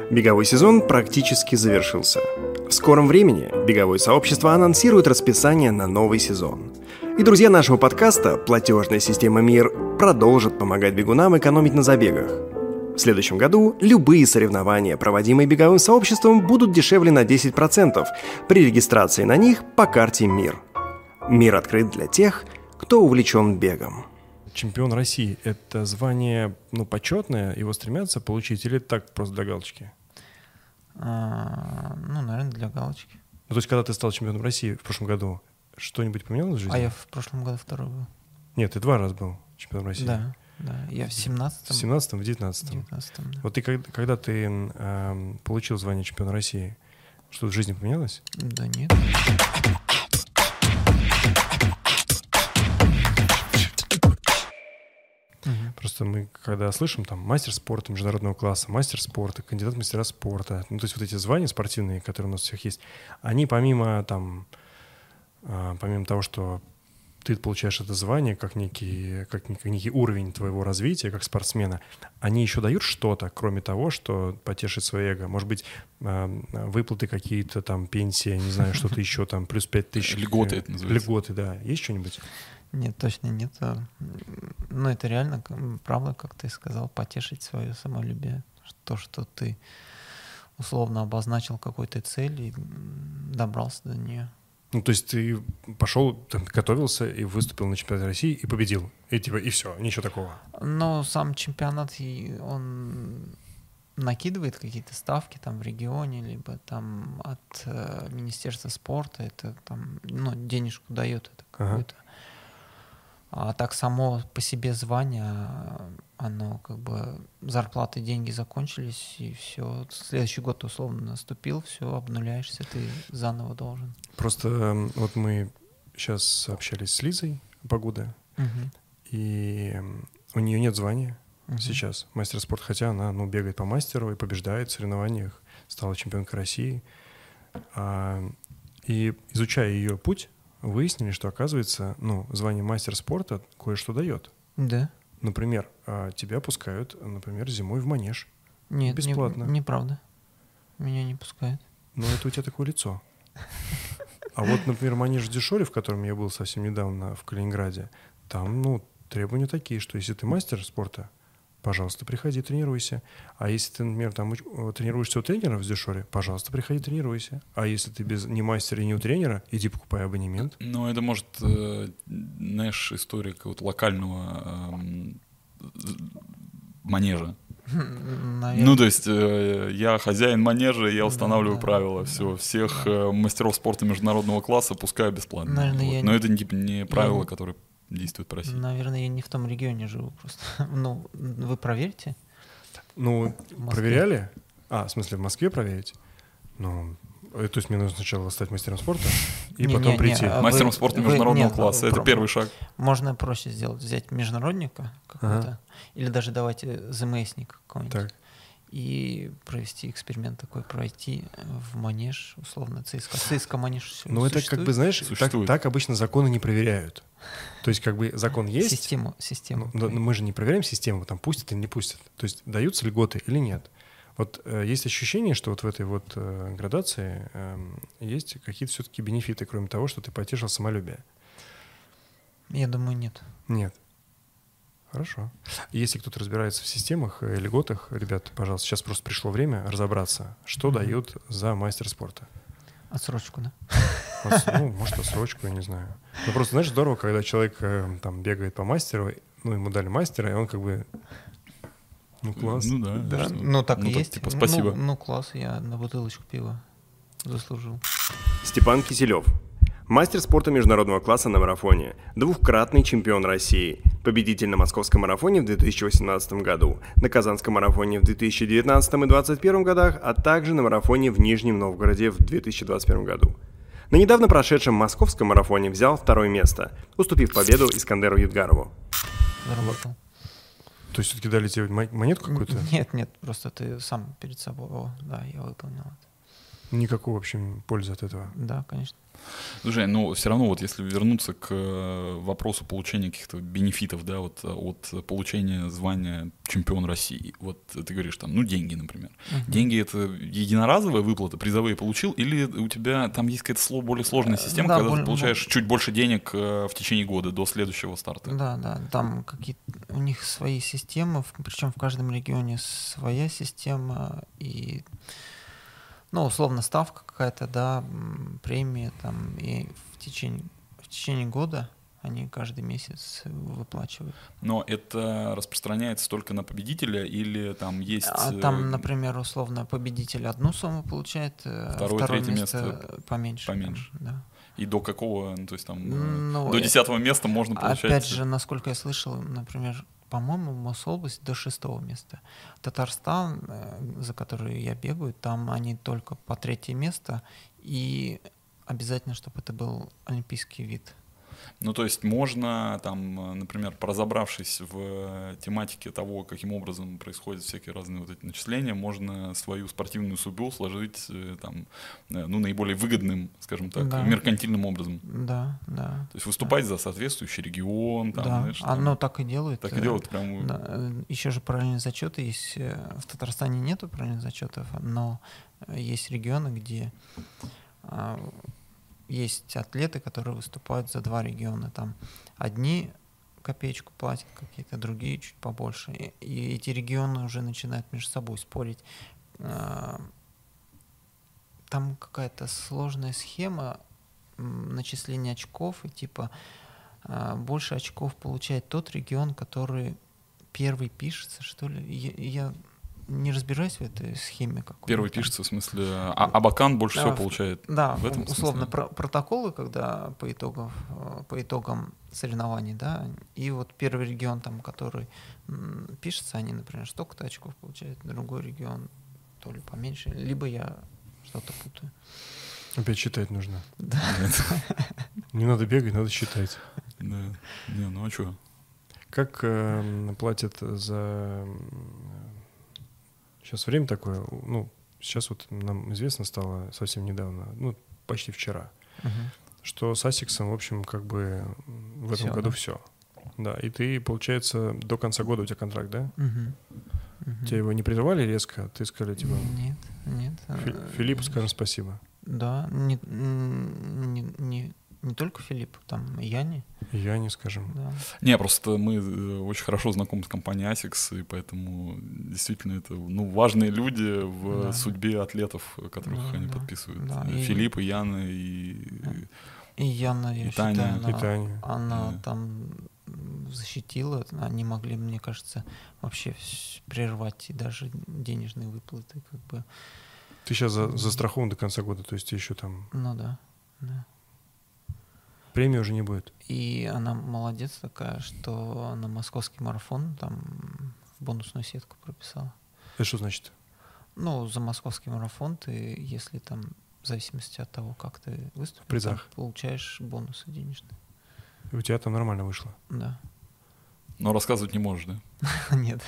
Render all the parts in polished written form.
Беговой сезон практически завершился. В скором времени беговое сообщество анонсирует расписание на новый сезон. И друзья нашего подкаста, платежная система МИР, продолжит помогать бегунам экономить на забегах. В следующем году любые соревнования, проводимые беговым сообществом, будут дешевле на 10% при регистрации на них по карте МИР. МИР открыт для тех, кто увлечен бегом. Чемпион России — это звание, почетное, его стремятся получить, или это так просто для галочки? Наверное, для галочки. То есть, когда ты стал чемпионом России в прошлом году, что-нибудь поменялось в жизни? А я в прошлом году второй был. Нет, ты 2 раза был чемпионом России. Да. Я в 17-м. В 17-м, в 19-м. Да. Вот ты, когда ты получил звание чемпиона России, что-то в жизни поменялось? Да нет. Просто мы, когда слышим там мастер спорта международного класса, мастер спорта, кандидат в мастера спорта, то есть вот эти звания спортивные, которые у нас у всех есть, они помимо того, что ты получаешь это звание как некий уровень твоего развития как спортсмена, они еще дают что-то, кроме того, что потешить свое эго. Может быть, выплаты какие-то, там, пенсия, не знаю, что-то еще, там, плюс 5000. Льготы это называется. Льготы, да. Есть что-нибудь? Нет, точно нет. Это реально, правда, как ты сказал, потешить свое самолюбие. То, что ты условно обозначил какой-то цель и добрался до нее. То есть ты пошел, готовился и выступил на чемпионате России и победил. И все, ничего такого. Но сам чемпионат, он накидывает какие-то ставки там в регионе, либо там от Министерства спорта. Это там, денежку дает это какую-то. А так само по себе звание, оно зарплаты, деньги закончились, и все. Следующий год условно наступил, все, обнуляешься, ты заново должен. Просто вот мы сейчас общались с Лизой Погода, и у нее нет звания сейчас, мастер спорта, хотя она бегает по мастеру и побеждает в соревнованиях, стала чемпионкой России. И изучая ее путь, выяснили, что, оказывается, звание мастер спорта кое-что дает. Да. Например, тебя пускают, зимой в манеж. Нет, бесплатно. Неправда. Меня не пускают. Это у тебя такое лицо. А вот, например, манеж в Дешоре, в котором я был совсем недавно в Калининграде, там, требования такие, что если ты мастер спорта, пожалуйста, приходи, тренируйся. А если ты, например, тренируешься у тренера в Дешоре, пожалуйста, приходи, тренируйся. А если ты не мастер и не у тренера, иди покупай абонемент. Это, может, знаешь, история какого-то локального манежа. Наверное. То есть я хозяин манежа, я устанавливаю правила. Всех мастеров спорта международного класса пускаю бесплатно. Наверное, Но это не правила, которые действуют по России. Наверное, я не в том регионе живу просто. Вы проверьте. Проверяли? В смысле, в Москве проверить? То есть мне нужно сначала стать мастером спорта и потом прийти. Мастером спорта международного класса. Это первый шаг. Можно проще сделать. Взять международника какого-то, или даже давайте ЗМСника какого-нибудь. И провести эксперимент такой, пройти в манеж, условно, ЦСКА манеж. Это знаешь, так обычно законы не проверяют. То есть закон есть. Систему. Мы же не проверяем систему, там пустят или не пустят. То есть даются льготы или нет. Вот есть ощущение, что вот в этой градации есть какие-то все-таки бенефиты, кроме того, что ты потешил самолюбие. Я думаю, нет. Нет. Хорошо. Если кто-то разбирается в системах и льготах, ребят, пожалуйста, сейчас просто пришло время разобраться, что дают за мастер спорта. Отсрочку, да? Может, отсрочку, я не знаю. Просто, знаешь, здорово, когда человек бегает по мастеру, ему дали мастера, и он класс. Да. Так и есть. Типа, спасибо. Класс, я на бутылочку пива заслужил. Степан Киселев. Мастер спорта международного класса на марафоне, двукратный чемпион России, победитель на московском марафоне в 2018 году, на казанском марафоне в 2019 и 2021 годах, а также на марафоне в Нижнем Новгороде в 2021 году. На недавно прошедшем московском марафоне взял 2 место, уступив победу Искандеру Юдгарову. Заработал. То есть все-таки дали тебе монетку какую-то? Нет, просто ты сам перед собой. Я выполнил это. Никакой, в общем, пользы от этого. Да, конечно. Слушай, ну все равно вот если вернуться к вопросу получения каких-то бенефитов, да, вот от получения звания чемпион России, вот ты говоришь там, ну деньги, например. Деньги — это единоразовая выплата, призовые получил, или у тебя там есть какая-то более сложная система, Да, когда ты получаешь чуть больше денег в течение года до следующего старта? Да, там у них свои системы, причем в каждом регионе своя система, и ну, условно, ставка какая-то, да, премия там, и в течение года они каждый месяц выплачивают. Но это распространяется только на победителя или там есть... Там, например, условно, победитель одну сумму получает, второе третье место поменьше. Поменьше. Там, да. И до какого, ну, то есть там Ну, до 10-го места можно получать... Опять же, насколько я слышал, например, по-моему, Мособласть до 6-го места. Татарстан, за который я бегаю, там они только по 3-е место, и обязательно, чтобы это был олимпийский вид. Ну, то есть можно, там, например, разобравшись в тематике того, каким образом происходят всякие разные вот эти начисления, можно свою спортивную судьбу сложить там, ну, наиболее выгодным, скажем так, Да. меркантильным образом. Да. То есть выступать за соответствующий регион. Там, да, знаешь, там, оно так и делает. Так и делает прям... Да. Еще же параллельные зачеты есть. В Татарстане нету параллельных зачетов, но есть регионы, где есть атлеты, которые выступают за 2 региона. Там одни копеечку платят какие-то, другие чуть побольше. И эти регионы уже начинают между собой спорить. Там какая-то сложная схема начисления очков, и типа больше очков получает тот регион, который первый пишется, что ли. Я не разбираюсь в этой схеме какой-то. Первый пишется, в смысле, Абакан больше всего получает. Да, в этом условно, смысле. протоколы, когда по итогам соревнований, да, и вот первый регион, там, который пишется, они, например, столько-то очков получают, другой регион то ли поменьше, либо я что-то путаю. Опять считать нужно. Да. Не надо бегать, надо считать. Да. Не, ну а что? Как платят за... Сейчас время такое, ну, сейчас вот нам известно стало совсем недавно, ну, почти вчера, что с Асиксом, в общем, как бы в этом году все. Да, и ты, получается, до конца года у тебя контракт, да? Тебя его не прервали резко? Ты сказали, типа... Нет. Филиппу скажем спасибо. Да, не только Филиппу, там и Яне. Яне скажем. Да. Не, просто мы очень хорошо знакомы с компанией ASICS, и поэтому действительно это, ну, важные люди в судьбе атлетов, которых они подписывают. Да. Филипп, и Яна, и Яна, я Таня. считаю, она там защитила. Они могли, мне кажется, вообще прервать и даже денежные выплаты, как бы. Ты сейчас застрахован до конца года, то есть еще там... Ну да. Премии уже не будет. И она молодец такая, что на московский марафон там в бонусную сетку прописала. Это что значит? Ну, за московский марафон ты, если там, в зависимости от того, как ты выступил, в призах получаешь бонусы денежные. И у тебя там нормально вышло? Да. Но рассказывать не можешь, да? Нет.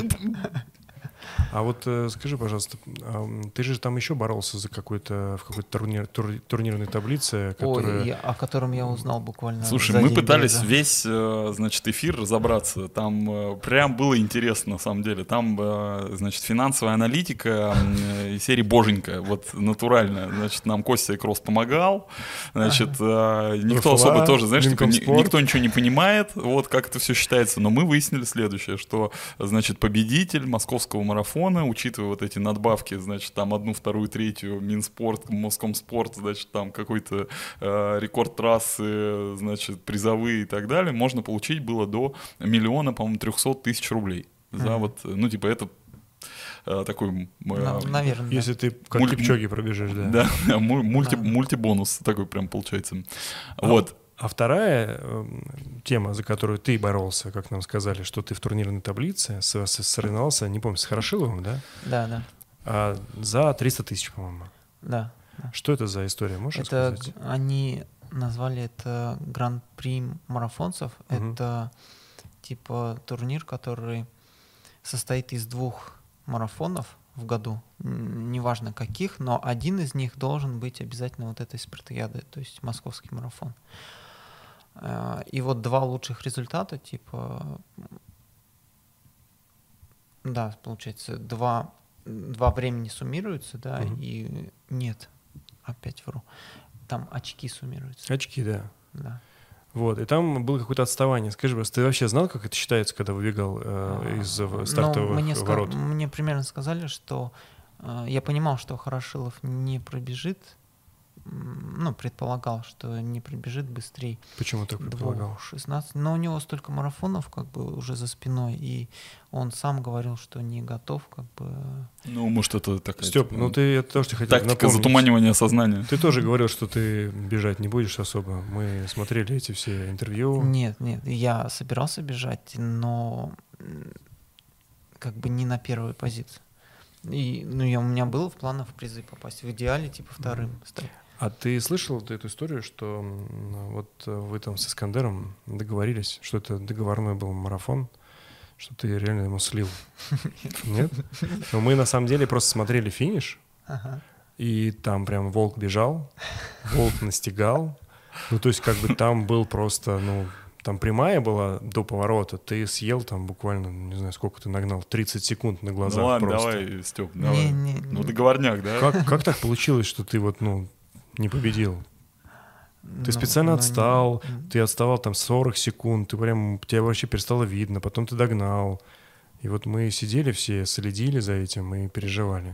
А вот скажи, пожалуйста, ты же там еще боролся за в какой-то турнирной таблице, которая... Ой, о котором я узнал буквально. Слушай, мы пытались весь, значит, эфир разобраться. Там прям было интересно, на самом деле. Там, значит, финансовая аналитика из серии боженька, вот натурально. Значит, нам Костя Кросс помогал. Значит, никто особо тоже, знаешь, типа, никто ничего не понимает, вот как это все считается. Но мы выяснили следующее, что, значит, победитель московского марафона, учитывая вот эти надбавки, значит, там 1, 2, 3 Минспорт, Москомспорт, значит, там какой-то рекорд трассы, значит, призовые и так далее, можно получить было до 1, по-моему, 300 000 рублей. За вот, ну, типа, это такой... Наверное. Если ты как Кипчоги пробежишь, да. Да, мультибонус такой прям получается. Вот. А вторая тема, за которую ты боролся, как нам сказали, что ты в турнирной таблице соревновался, не помню, с Хорошиловым, да? Да. За 300 000, по-моему. Да. Что это за история, можешь рассказать? Они назвали это Гран-при марафонцев. Это типа турнир, который состоит из 2 марафонов в году, неважно каких, но один из них должен быть обязательно вот этой спартакиады, то есть московский марафон. И вот 2 лучших результата, типа, да, получается, 2 времени суммируются, да, и нет, опять вру, там очки суммируются. Очки, да. Да. Вот, и там было какое-то отставание. Скажи, пожалуйста, ты вообще знал, как это считается, когда выбегал из стартовых ворот? Мне примерно сказали, что я понимал, что Хорошилов не пробежит, ну, предполагал, что не пробежит быстрее. Почему так предполагал? 2:16. Но у него столько марафонов как бы уже за спиной, и он сам говорил, что не готов как бы... Ну, может, это такая... Степ, ну ты это тоже хотел тактика напомнить. затуманивания сознания. Ты тоже говорил, что ты бежать не будешь особо. Мы смотрели эти все интервью. Нет, я собирался бежать, но как бы не на первую позицию. И, у меня было в планах в призы попасть. В идеале, типа, вторым стать. А ты слышал эту историю, что вот вы там с Искандером договорились, что это договорной был марафон, что ты реально ему слил? Нет? Но мы на самом деле просто смотрели финиш, и там прям волк бежал, волк настигал. Ну, то есть как бы там был просто, там прямая была до поворота, ты съел там буквально, не знаю, сколько ты нагнал, 30 секунд на глазах. Ну ладно, просто. давай, Степ, давай. Ну, договорняк, да? Как так получилось, что ты вот, не победил? Ты специально отстал, ты отставал там 40 секунд, тебя вообще перестало видно, потом ты догнал. И вот мы сидели все, следили за этим и переживали.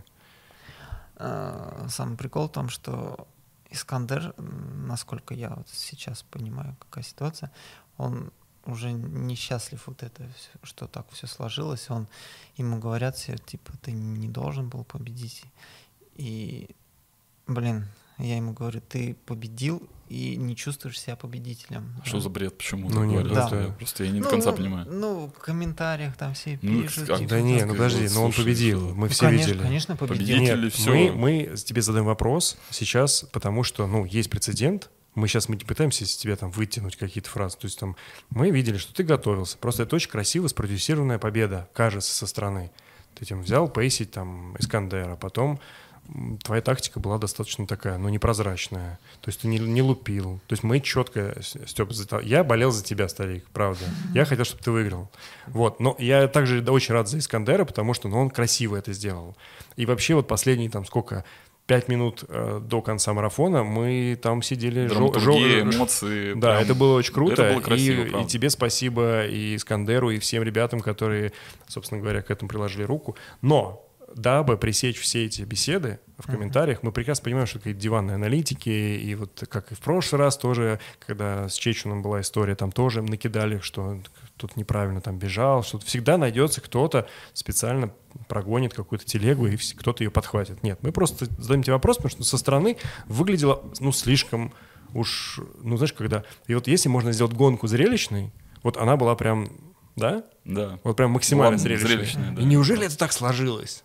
Самый прикол в том, что Искандер, насколько я вот сейчас понимаю, какая ситуация, он уже несчастлив вот это, что так все сложилось. Ему говорят все, типа, ты не должен был победить. И, я ему говорю, ты победил и не чувствуешь себя победителем. Что за бред? Почему так говорят? Да. Просто я не до конца понимаю. В комментариях там все пишут. Да не, подожди, он победил. Мы все конечно, видели. Конечно, победил. Нет, мы тебе задаем вопрос сейчас, потому что, есть прецедент. Мы не пытаемся из тебя там вытянуть какие-то фразы. То есть там мы видели, что ты готовился. Просто это очень красиво спродюсированная победа, кажется, со стороны. Ты взял пейсить там Искандера, потом твоя тактика была достаточно такая, непрозрачная. То есть ты не лупил. То есть мы четко, Степ, я болел за тебя, старик, правда. Я хотел, чтобы ты выиграл. Вот. Но я также очень рад за Искандера, потому что он красиво это сделал. И вообще вот последние 5 минут до конца марафона мы там сидели... эмоции. Да, это было очень круто. Это было красиво, и тебе спасибо, и Искандеру, и всем ребятам, которые, собственно говоря, к этому приложили руку. Но дабы пресечь все эти беседы в комментариях, мы прекрасно понимаем, что какие-то диванные аналитики, и вот как и в прошлый раз тоже, когда с Чечуном была история, там тоже накидали, что тут неправильно там бежал, что всегда найдется кто-то специально прогонит какую-то телегу, и кто-то ее подхватит. Нет, мы просто задаем тебе вопрос, потому что со стороны выглядело, слишком уж, знаешь, когда... И вот если можно сделать гонку зрелищной, вот она была прям, да? Да. Вот прям максимально зрелищная. Да. И неужели это так сложилось?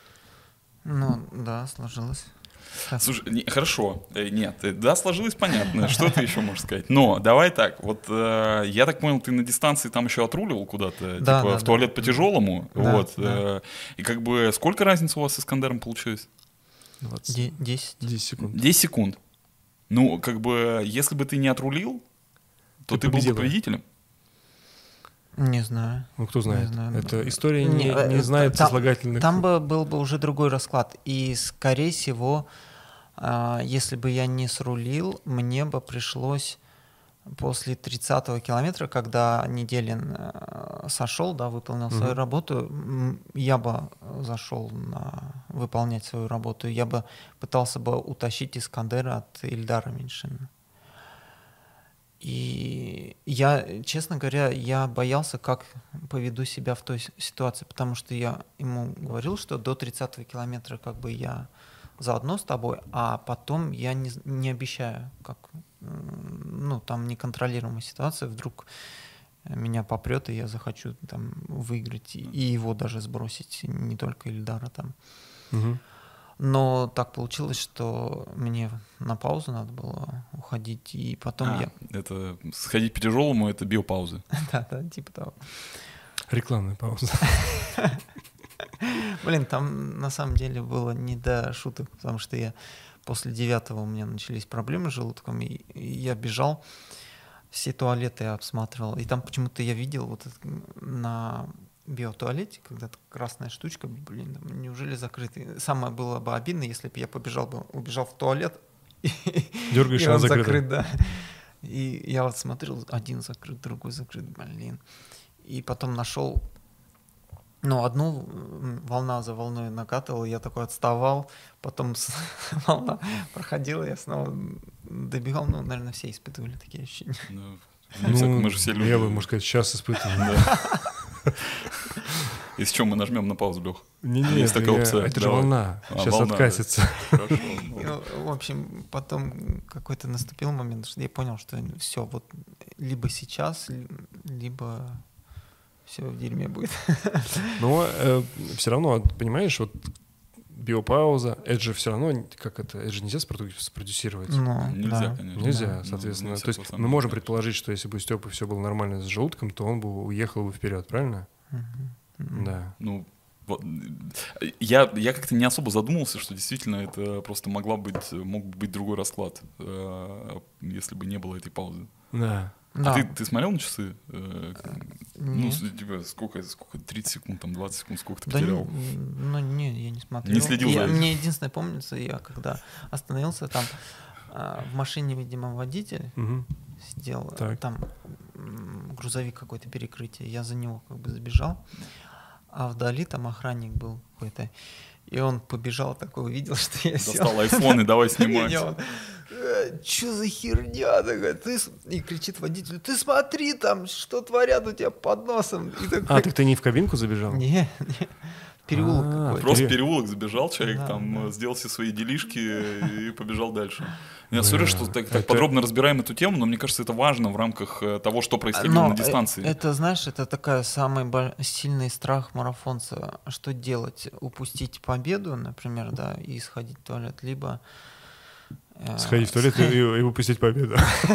Да, сложилось. Слушай, хорошо, нет, да, сложилось, понятно, что ты еще можешь сказать. Но давай так, вот я так понял, ты на дистанции там еще отруливал куда-то, в туалет по тяжелому, и как бы сколько разницы у вас с Искандером получилось? 10 секунд. 10 секунд. Ну, как бы, если бы ты не отрулил, то ты был бы победителем. Не знаю. Кто знает? Не знаю. Эта история не знает сослагательных... Там был бы уже другой расклад. И, скорее всего, если бы я не срулил, мне бы пришлось после 30-го километра, когда Неделин сошел, выполнил свою работу, я бы зашел выполнять свою работу. Я бы пытался бы утащить Искандера от Ильдара Меньшина. И я, честно говоря, я боялся, как поведу себя в той ситуации, потому что я ему говорил, что до 30-го километра как бы я заодно с тобой, а потом я не обещаю, как, там неконтролируемая ситуация, вдруг меня попрет, и я захочу там выиграть, и его даже сбросить, не только Ильдара там. Но так получилось, что мне на паузу надо было уходить, и потом Это сходить по тяжелому — это биопауза. Да, типа того. Рекламная пауза. Блин, там на самом деле было не до шуток, потому что я после 9-го у меня начались проблемы с желудком, и я бежал, все туалеты я обсматривал, и там почему-то я видел вот это, на биотуалете, когда-то красная штучка, блин, неужели закрытый? Самое было бы обидно, если бы я убежал в туалет, Дергаешь, и она он закрыта. закрыт, да. И я вот смотрел, один закрыт, другой закрыт, блин. И потом нашел, ну, одну волна за волной накатывал, я такой отставал, потом волна проходила, я снова добегал, ну, наверное, все испытывали такие ощущения. Мы же все люди. Я бы, можно сказать, сейчас испытываю. Да. Если что, мы нажмем на паузу, Лех. Не-не, Есть такая опция. это же Давай. волна. Сейчас волна, откатится. Хорошо. И, в общем, потом какой-то наступил момент, что я понял, что все, вот либо сейчас, либо все в дерьме будет. Но все равно, понимаешь, вот биопауза, это же все равно, это же нельзя спродюсировать. Ну, Нельзя, да. конечно. Нельзя, Ну, соответственно. нельзя, То есть сам мы можем конечно. предположить, что если бы у Степы все было нормально с желудком, то он бы уехал бы вперед, правильно? Да. Ну, вот, я как-то не особо задумывался, что действительно это просто мог быть другой расклад, если бы не было этой паузы. Да. Да. А ты смотрел на часы? Ну, Нет. типа, сколько, 30 секунд, там, 20 секунд, сколько ты Да потерял? ну, не, я не смотрел. Не следил за этим? Мне единственное помнится, я когда остановился, там в машине, видимо, водитель Мгм. сидел, Так. там грузовик какой-то перекрытие, я за него как бы забежал, а вдали там охранник был какой-то, и он побежал такой, увидел, что я сел. Достал айфон и давай снимать. Чё за херня такая? И кричит водителю: ты смотри там, что творят у тебя под носом. И такой, А, так ты не в кабинку забежал? не, переулок А, какой-то. Просто в переулок забежал человек, Да, там да. сделал все свои делишки и побежал дальше. Я сори, Да, что так это- подробно разбираем эту тему, но мне кажется, это важно в рамках того, что происходило Но на дистанции. это, знаешь, это такая самый сильный страх марафонца. Что делать? Упустить победу, например, да, и сходить в туалет, либо... Сходить в туалет и выпустить победу.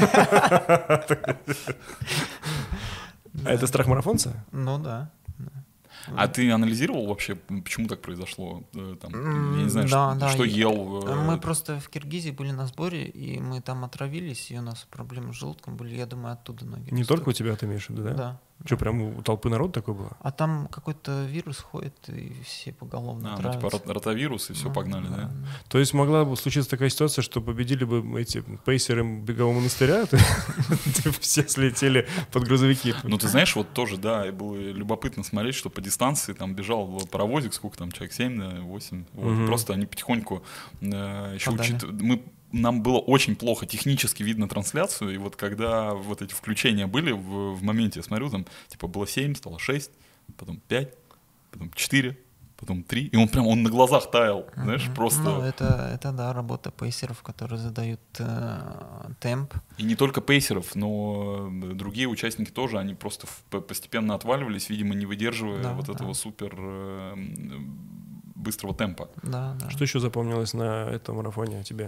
А это страх марафонца? Ну да. А ты анализировал вообще, почему так произошло? Там, я не знаю, Да, что да. ел? Мы просто в Киргизии были на сборе, и мы там отравились, и у нас проблемы с желудком были. Я думаю, оттуда ноги Не растут. только у тебя, ты имеешь в виду, да? Да. Что, прям у толпы народ такой было? А там какой-то вирус ходит, и все поголовно Ну, типа травятся. ротавирус, и все, Ну, погнали, да? То есть могла бы случиться такая ситуация, что победили бы эти пейсеры бегового монастыря, все слетели под грузовики. Ну, ты знаешь, вот тоже, да, и было любопытно смотреть, что по дистанции там бежал паровозик, сколько там, человек 7, да, 8. Вот, Мгм. просто они потихоньку еще Подали. нам было очень плохо технически видно трансляцию, и вот когда вот эти включения были в моменте, я смотрю, там, типа, было 7, стало 6, потом 5, потом 4, потом 3, и он на глазах таял, знаешь, просто... Ну, это да, работа пейсеров, которые задают темп. И не только пейсеров, но другие участники тоже, они просто постепенно отваливались, видимо, не выдерживая Да, вот да. этого супер быстрого темпа. Да, да. Что еще запомнилось на этом марафоне тебе?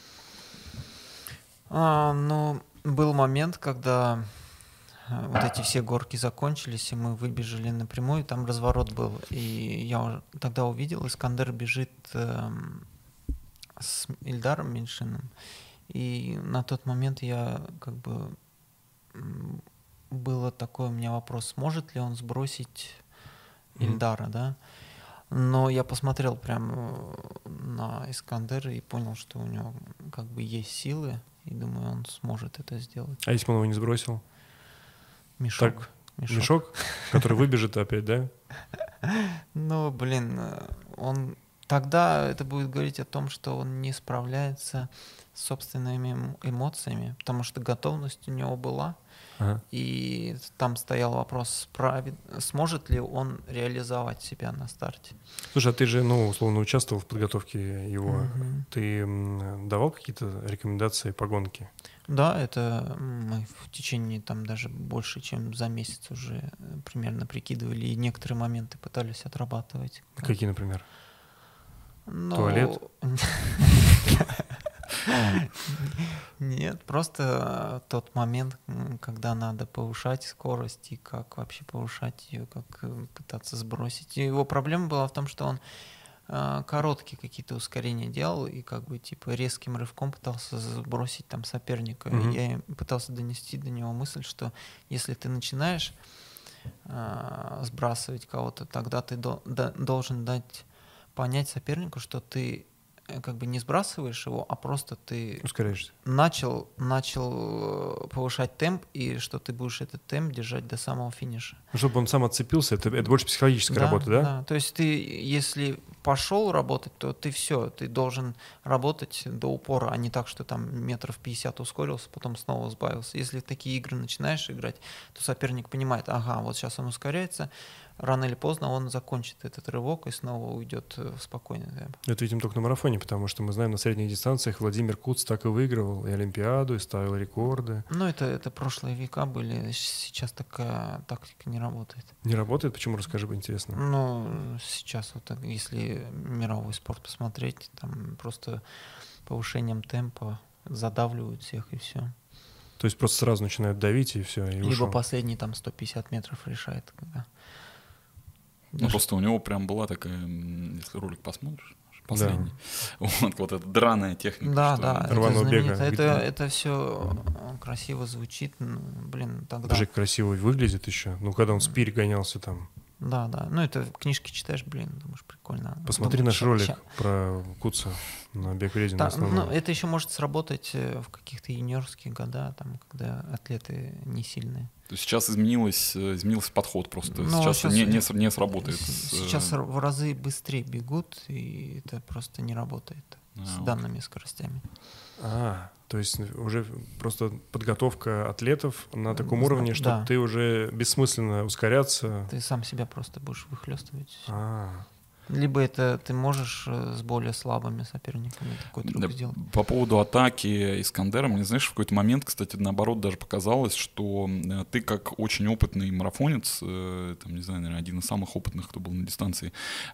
Ну, был момент, когда вот эти все горки закончились, и мы выбежали напрямую, там разворот был. И я уже тогда увидел, Искандер бежит с Ильдаром Меньшиным. И на тот момент я как бы... Было такой у меня вопрос, сможет ли он сбросить Ильдара, да? Но я посмотрел прям на Искандера и понял, что у него как бы есть силы, и думаю, он сможет это сделать. А если бы он его не сбросил? Мешок. Так, Мешок, который выбежит опять, да? Ну, блин, он... Тогда это будет говорить о том, что он не справляется с собственными эмоциями, потому что готовность у него была, Ага. и там стоял вопрос, сможет ли он реализовать себя на старте. Слушай, а ты же, ну, условно, участвовал в подготовке его. Мгм. Ты давал какие-то рекомендации по гонке? Да, это мы в течение там даже больше, чем за месяц уже примерно прикидывали, и некоторые моменты пытались отрабатывать. Какие, например? Ну, Туалет? Нет, просто тот момент, когда надо повышать скорость, и как вообще повышать ее, как пытаться сбросить. И его проблема была в том, что он короткие какие-то ускорения делал и как бы типа резким рывком пытался сбросить там соперника. Я пытался донести до него мысль, что если ты начинаешь сбрасывать кого-то, тогда ты должен дать понять сопернику, что ты как бы не сбрасываешь его, а просто ты Ускоряешься. начал повышать темп, и что ты будешь этот темп держать до самого финиша. Ну, чтобы он сам отцепился, это больше психологическая работа, да? Да. То есть ты, если пошел работать, то ты все, ты должен работать до упора, а не так, что там метров 50 ускорился, потом снова сбавился. Если в такие игры начинаешь играть, то соперник понимает, ага, вот сейчас он ускоряется, рано или поздно он закончит этот рывок и снова уйдет в спокойный темп. Это видим только на марафоне, потому что мы знаем, на средних дистанциях Владимир Куц так и выигрывал и Олимпиаду, и ставил рекорды. Ну, это прошлые века были, сейчас такая тактика не работает. Не работает? Почему? Расскажи, интересно. Ну, сейчас вот так, если мировой спорт посмотреть, там просто повышением темпа задавливают всех и все. То есть просто сразу начинают давить и все, и Либо ушел. последние там 150 метров решает. Когда. Ну, просто у него прям была такая, если ролик посмотришь, последний, вот эта драная техника. Да, что да, это рваного бега. знаменито. Это все красиво звучит, ну, блин, тогда. Даже красиво выглядит еще. Ну, когда он с Пири гонялся там. Да, да. Ну, это книжки читаешь, блин, думаешь, прикольно. Посмотри Думаешь, наш ролик про Куца на бег вреден да, основном. ну, это еще может сработать в каких-то юниорских годах, там, когда атлеты не сильные. То есть сейчас изменился подход просто. Ну, Сейчас не сработает. Сейчас в разы быстрее бегут, и это просто не работает с данными скоростями. То есть уже просто подготовка атлетов на таком уровне, что Да. ты уже бессмысленно ускоряться. Ты сам себя просто будешь выхлестывать. А, Либо это ты можешь с более слабыми соперниками такой трюк Да, сделать. по поводу атаки Искандера, мне, знаешь, в какой-то момент, кстати, наоборот, даже показалось, что ты как очень опытный марафонец, там, не знаю, наверное, один из самых опытных, кто был на дистанции,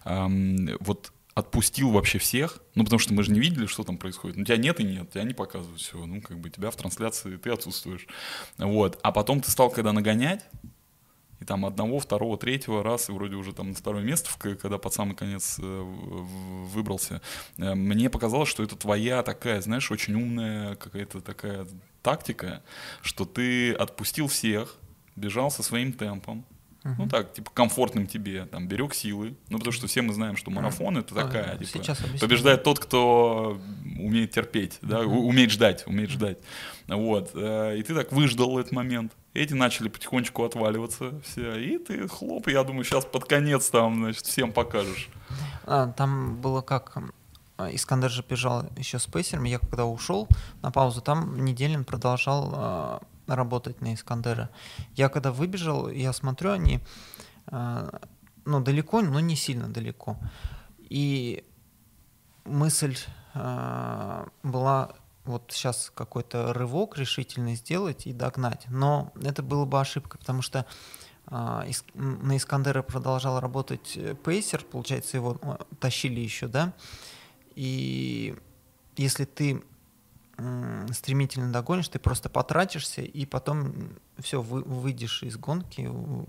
вот отпустил вообще всех, ну, потому что мы же не видели, что там происходит. Ну, тебя нет и нет, тебя не показывают все, ну, как бы тебя в трансляции, ты отсутствуешь. Вот. А потом ты стал, когда нагонять, и там одного, второго, третьего раз, и вроде уже там на второе место, когда под самый конец выбрался, мне показалось, что это твоя такая, знаешь, очень умная какая-то такая тактика, что ты отпустил всех, бежал со своим темпом, ну так, типа, комфортным тебе, там, берег силы. Ну, потому что все мы знаем, что марафон — это такая, типа, побеждает тот, кто умеет терпеть, да, умеет ждать. Вот. И ты так выждал этот момент. Эти начали потихонечку отваливаться все. И ты, хлоп, я думаю, сейчас под конец там, значит, всем покажешь. Там было как... Искандер же бежал еще с пейсерами. Я когда ушел на паузу, там Неделин продолжал работать на Искандера. Я когда выбежал, я смотрю, они далеко, но не сильно далеко. И мысль была вот сейчас какой-то рывок решительный сделать и догнать. Но это было бы ошибкой, потому что на Искандера продолжал работать пейсер, получается, его тащили еще, да. И если ты стремительно догонишь, ты просто потратишься, и потом все, выйдешь из гонки,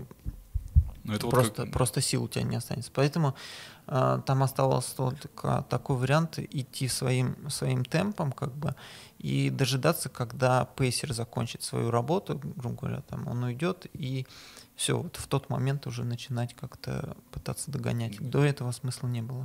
просто сил у тебя не останется. Поэтому там оставался только такой вариант идти своим темпом, как бы, и дожидаться, когда пейсер закончит свою работу, грубо говоря, там он уйдет, и все, вот в тот момент уже начинать как-то пытаться догонять. До этого смысла не было.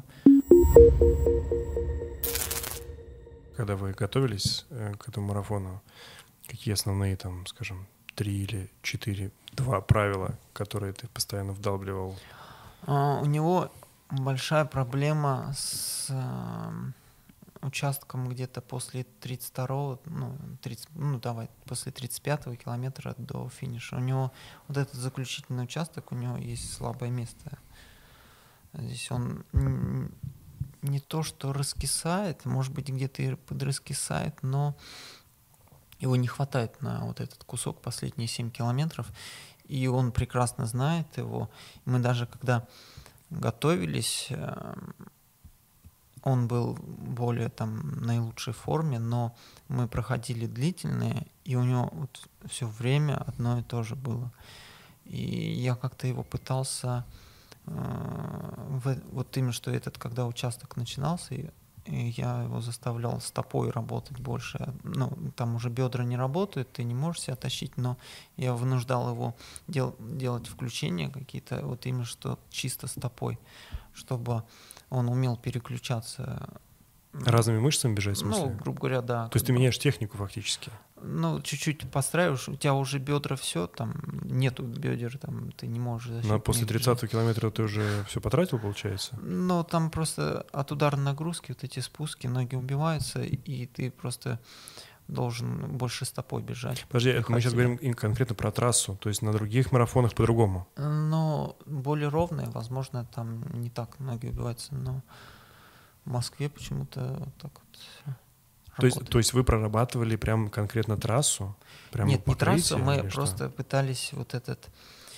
Когда вы готовились к этому марафону, какие основные, там, скажем, 3 или 4, 2 правила, которые ты постоянно вдалбливал? У него большая проблема с участком где-то после 32-го, после 35-го километра до финиша. У него вот этот заключительный участок, у него есть слабое место. Здесь он не то что раскисает, может быть, где-то и подраскисает, но его не хватает на вот этот кусок последние 7 километров, и он прекрасно знает его. Мы даже когда готовились, он был более там наилучшей форме, но мы проходили длительные, и у него вот все время одно и то же было. И я как-то его пытался, вот именно что когда участок начинался, и я его заставлял стопой работать больше. Ну, там уже бедра не работают, ты не можешь себя тащить, но я вынуждал его делать включения какие-то, вот именно что чисто стопой, чтобы он умел переключаться. Разными мышцами бежать, в смысле? Ну, грубо говоря, да. То есть ты меняешь технику фактически? Ну, чуть-чуть подстраиваешь, у тебя уже бедра все, там нету бедер, там ты не можешь. Но после 30-го километра ты уже все потратил, получается? Ну, там просто от ударной нагрузки вот эти спуски, ноги убиваются, и ты просто должен больше стопой бежать. Подожди, это мы сейчас говорим конкретно про трассу, то есть на других марафонах по-другому? Но более ровные, возможно, там не так ноги убиваются, но в Москве почему-то вот так вот. То есть вы прорабатывали прям конкретно трассу? Прямо Нет, не трассу, мы что? просто пытались вот этот...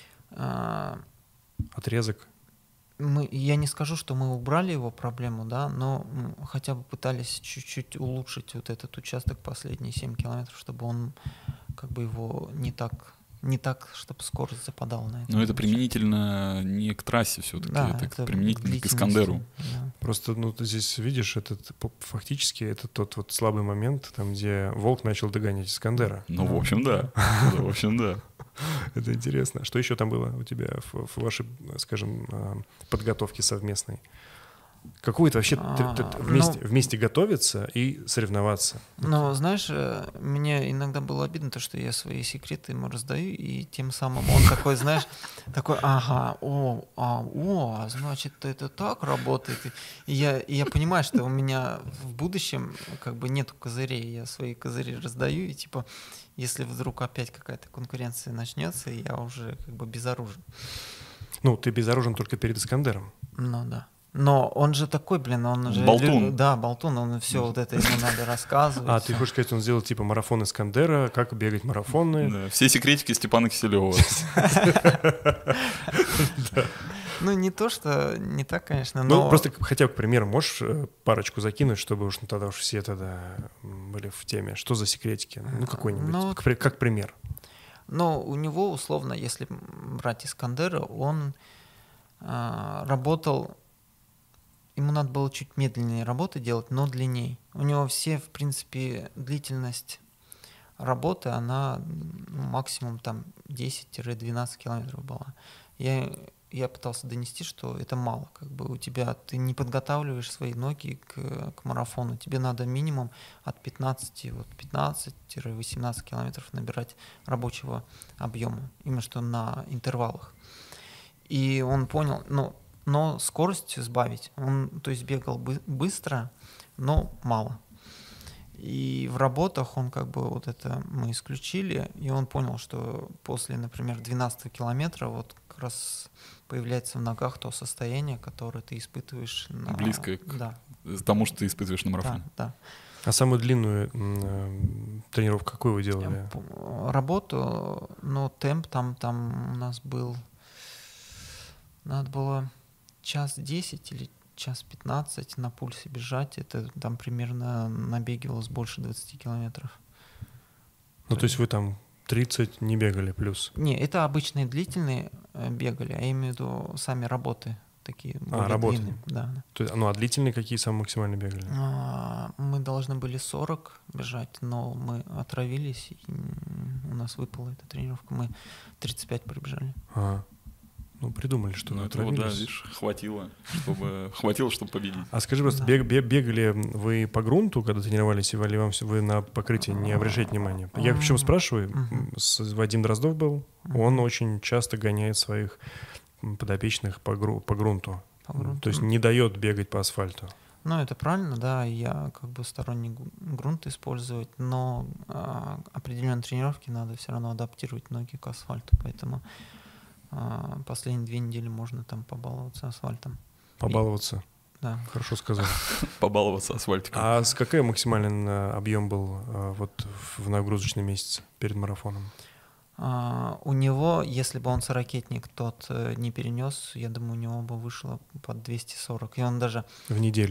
Отрезок? Я не скажу, что мы убрали его проблему, да, но хотя бы пытались чуть-чуть улучшить вот этот участок последние 7 километров, чтобы он как бы его не так, чтобы скорость западала на это. Но это применительно не к трассе все-таки, да, это применительно к Искандеру. Да. Просто, ну, ты здесь видишь, фактически это тот вот слабый момент, там, где Волк начал догонять Искандера. Ну, в общем, да. В общем, да. Это интересно. Что еще там было у тебя в вашей, скажем, подготовке совместной? Какой это вообще вместе готовиться и соревноваться? Ну, знаешь, мне иногда было обидно, то, что я свои секреты ему раздаю, и тем самым он такой, знаешь, такой, ага, значит, это так работает. И я понимаю, что у меня в будущем как бы нету козырей, я свои козыри раздаю, и типа, если вдруг опять какая-то конкуренция начнется, я уже как бы безоружен. Ну, ты безоружен только перед Искандером. Ну, да. Но он же такой, он же... Болтун. Да, болтун, он все вот это ему надо рассказывать. А, ты хочешь сказать, он сделал типа марафон Искандера, как бегать марафоны? Да, все секретики Степана Киселева. Ну, не то, что не так, конечно, но... Ну, просто хотя бы, к примеру, можешь парочку закинуть, чтобы уж тогда уж все тогда были в теме. Что за секретики? Ну, какой-нибудь, как пример. Ну, у него, условно, если брать Искандера, он работал... Ему надо было чуть медленнее работы делать, но длиннее. У него все, в принципе, длительность работы, она максимум там 10-12 километров была. Я пытался донести, что это мало. Как бы у тебя, ты не подготавливаешь свои ноги к марафону. Тебе надо минимум от 15-18 километров набирать рабочего объема. Именно что на интервалах. И он понял, но скорость сбавить. Он, то есть, бегал быстро, но мало. И в работах он как бы вот это мы исключили, и он понял, что после, например, 12 километра вот как раз появляется в ногах то состояние, которое ты испытываешь на... Близкое к тому, что ты испытываешь на марафоне. Да. А самую длинную тренировку какую вы делали? Работу, темп там у нас был... Надо было 1:10 или 1:15 на пульсе бежать. Это там примерно набегивалось больше 20 километров. Ну, то есть вы там 30 не бегали плюс? Не, это обычные длительные бегали, а я имею в виду сами работы такие более длинные. Да. То есть, а длительные какие самые максимально бегали? Мы должны были 40 бежать, но мы отравились, и у нас выпала эта тренировка. Мы 35 пробежали. Ага. Ну, придумали, что вы отравились. Да, видишь, хватило, чтобы победить. А скажи просто, бегали вы по грунту, когда тренировались, или вы на покрытии не обращаете внимания? Я почему спрашиваю? Вадим Дроздов был, он очень часто гоняет своих подопечных по грунту. То есть не дает бегать по асфальту. Ну, это правильно, да, я как бы сторонник грунт использовать, но определенные тренировки надо все равно адаптировать ноги к асфальту, поэтому... Последние 2 недели можно там побаловаться асфальтом. Побаловаться? Да. Хорошо сказал. Побаловаться асфальтиком. А какой максимальный объем был вот в нагрузочный месяц перед марафоном? У него, если бы он 40-тник тот не перенес, я думаю, у него бы вышло под 240. И он даже... В неделю?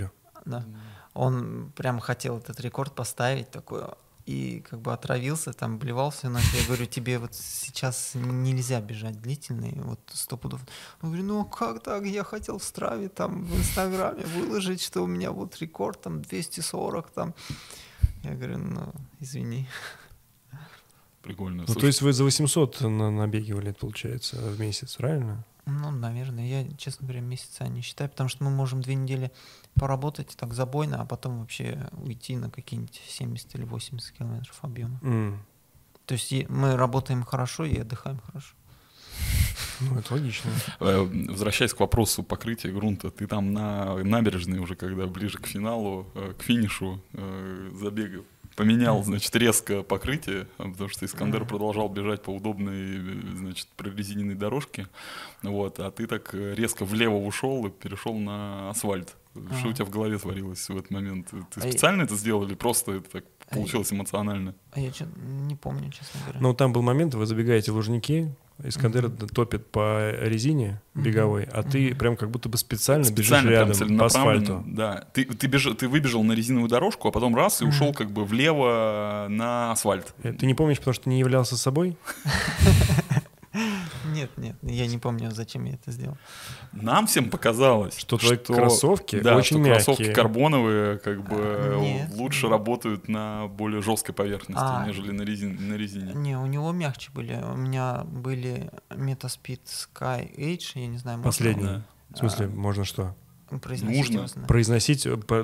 Да. Он прям хотел этот рекорд поставить такой, и как бы отравился, там блевал всю ночь. Я говорю, тебе вот сейчас нельзя бежать длительный, вот 100 пудов. Он говорит, ну как так, я хотел в Страве, там в Инстаграме выложить, что у меня вот рекорд, там 240, там. Я говорю, ну извини. Прикольно. Ну, то есть вы за 800 набегивали, получается, в месяц, правильно? Ну, наверное, я, честно говоря, месяца не считаю, потому что мы можем 2 недели поработать так забойно, а потом вообще уйти на какие-нибудь 70 или 80 километров объема. То есть мы работаем хорошо и отдыхаем хорошо. Ну, это логично. Возвращаясь к вопросу покрытия грунта, ты там на набережной уже, когда ближе к финалу, к финишу забегал, поменял, значит, резко покрытие, потому что Искандер продолжал бежать по удобной, значит, прорезиненной дорожке, вот, а ты так резко влево ушел и перешел на асфальт. Что у тебя в голове творилось в этот момент? Ты специально это сделал или просто это так получилось эмоционально? Я не помню, честно говоря. Ну, там был момент, вы забегаете в Лужники, Искандер топит по резине беговой, а ты прям как будто бы специально бежишь рядом по асфальту. Да, ты выбежал на резиновую дорожку, а потом раз и ушел как бы влево на асфальт. Ты не помнишь, потому что не являлся собой? Нет, я не помню, зачем я это сделал. Нам всем показалось, что твои кроссовки очень мягкие. Кроссовки карбоновые как бы лучше работают на более жесткой поверхности, нежели на резине. Не, у него мягче были. У меня были Metaspeed Sky Edge, я не знаю, можно... Последние. В смысле, можно что? Произносить.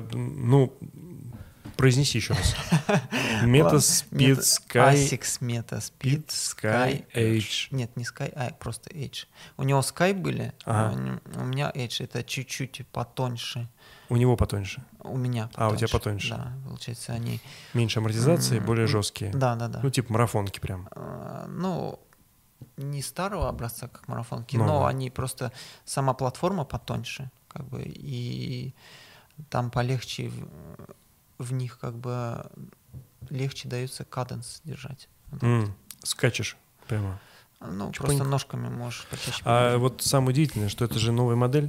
Произнеси еще раз. Metaspeed Sky... ASICS Metaspeed Sky Edge. Нет, не Sky, а просто Edge. У него Sky были, а у меня Edge. Это чуть-чуть потоньше. У него потоньше? У меня потоньше. У тебя потоньше. Да, получается, они... Меньше амортизации, более жесткие. Да. Ну, типа марафонки прям. Ну, не старого образца, как марафонки, но они просто... Сама платформа потоньше, как бы, и там полегче... В них как бы легче дается каденс держать. Скачешь прямо? Ну, просто ножками можешь почаще. А вот самое удивительное, что это же новая модель?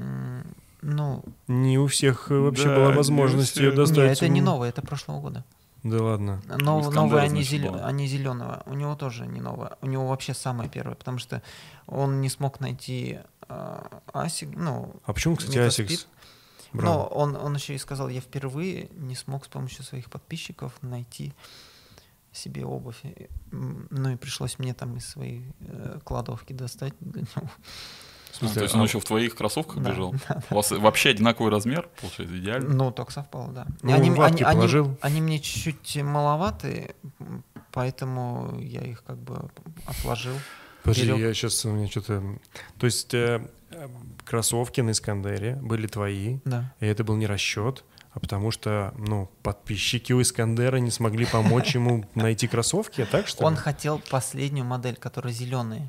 Ну... Не у всех вообще была возможность ее достать. Нет, это не новая, это прошлого года. Да ладно. Новая, они зеленого. У него тоже не новая. У него вообще самая первая, потому что он не смог найти ASICS. Ну, а почему, кстати, ASICS? Но он еще и сказал, я впервые не смог с помощью своих подписчиков найти себе обувь. Ну и пришлось мне там из своей кладовки достать для него. То есть он еще в твоих кроссовках бежал? У вас вообще одинаковый размер, получается, идеально? Ну, так совпало, да. Они мне чуть-чуть маловаты, поэтому я их как бы отложил. Подожди, я сейчас, у меня что-то... То есть кроссовки на Искандере были твои, и это был не расчет, а потому что, подписчики у Искандера не смогли помочь ему найти кроссовки, так что ли? Он хотел последнюю модель, которая зеленая,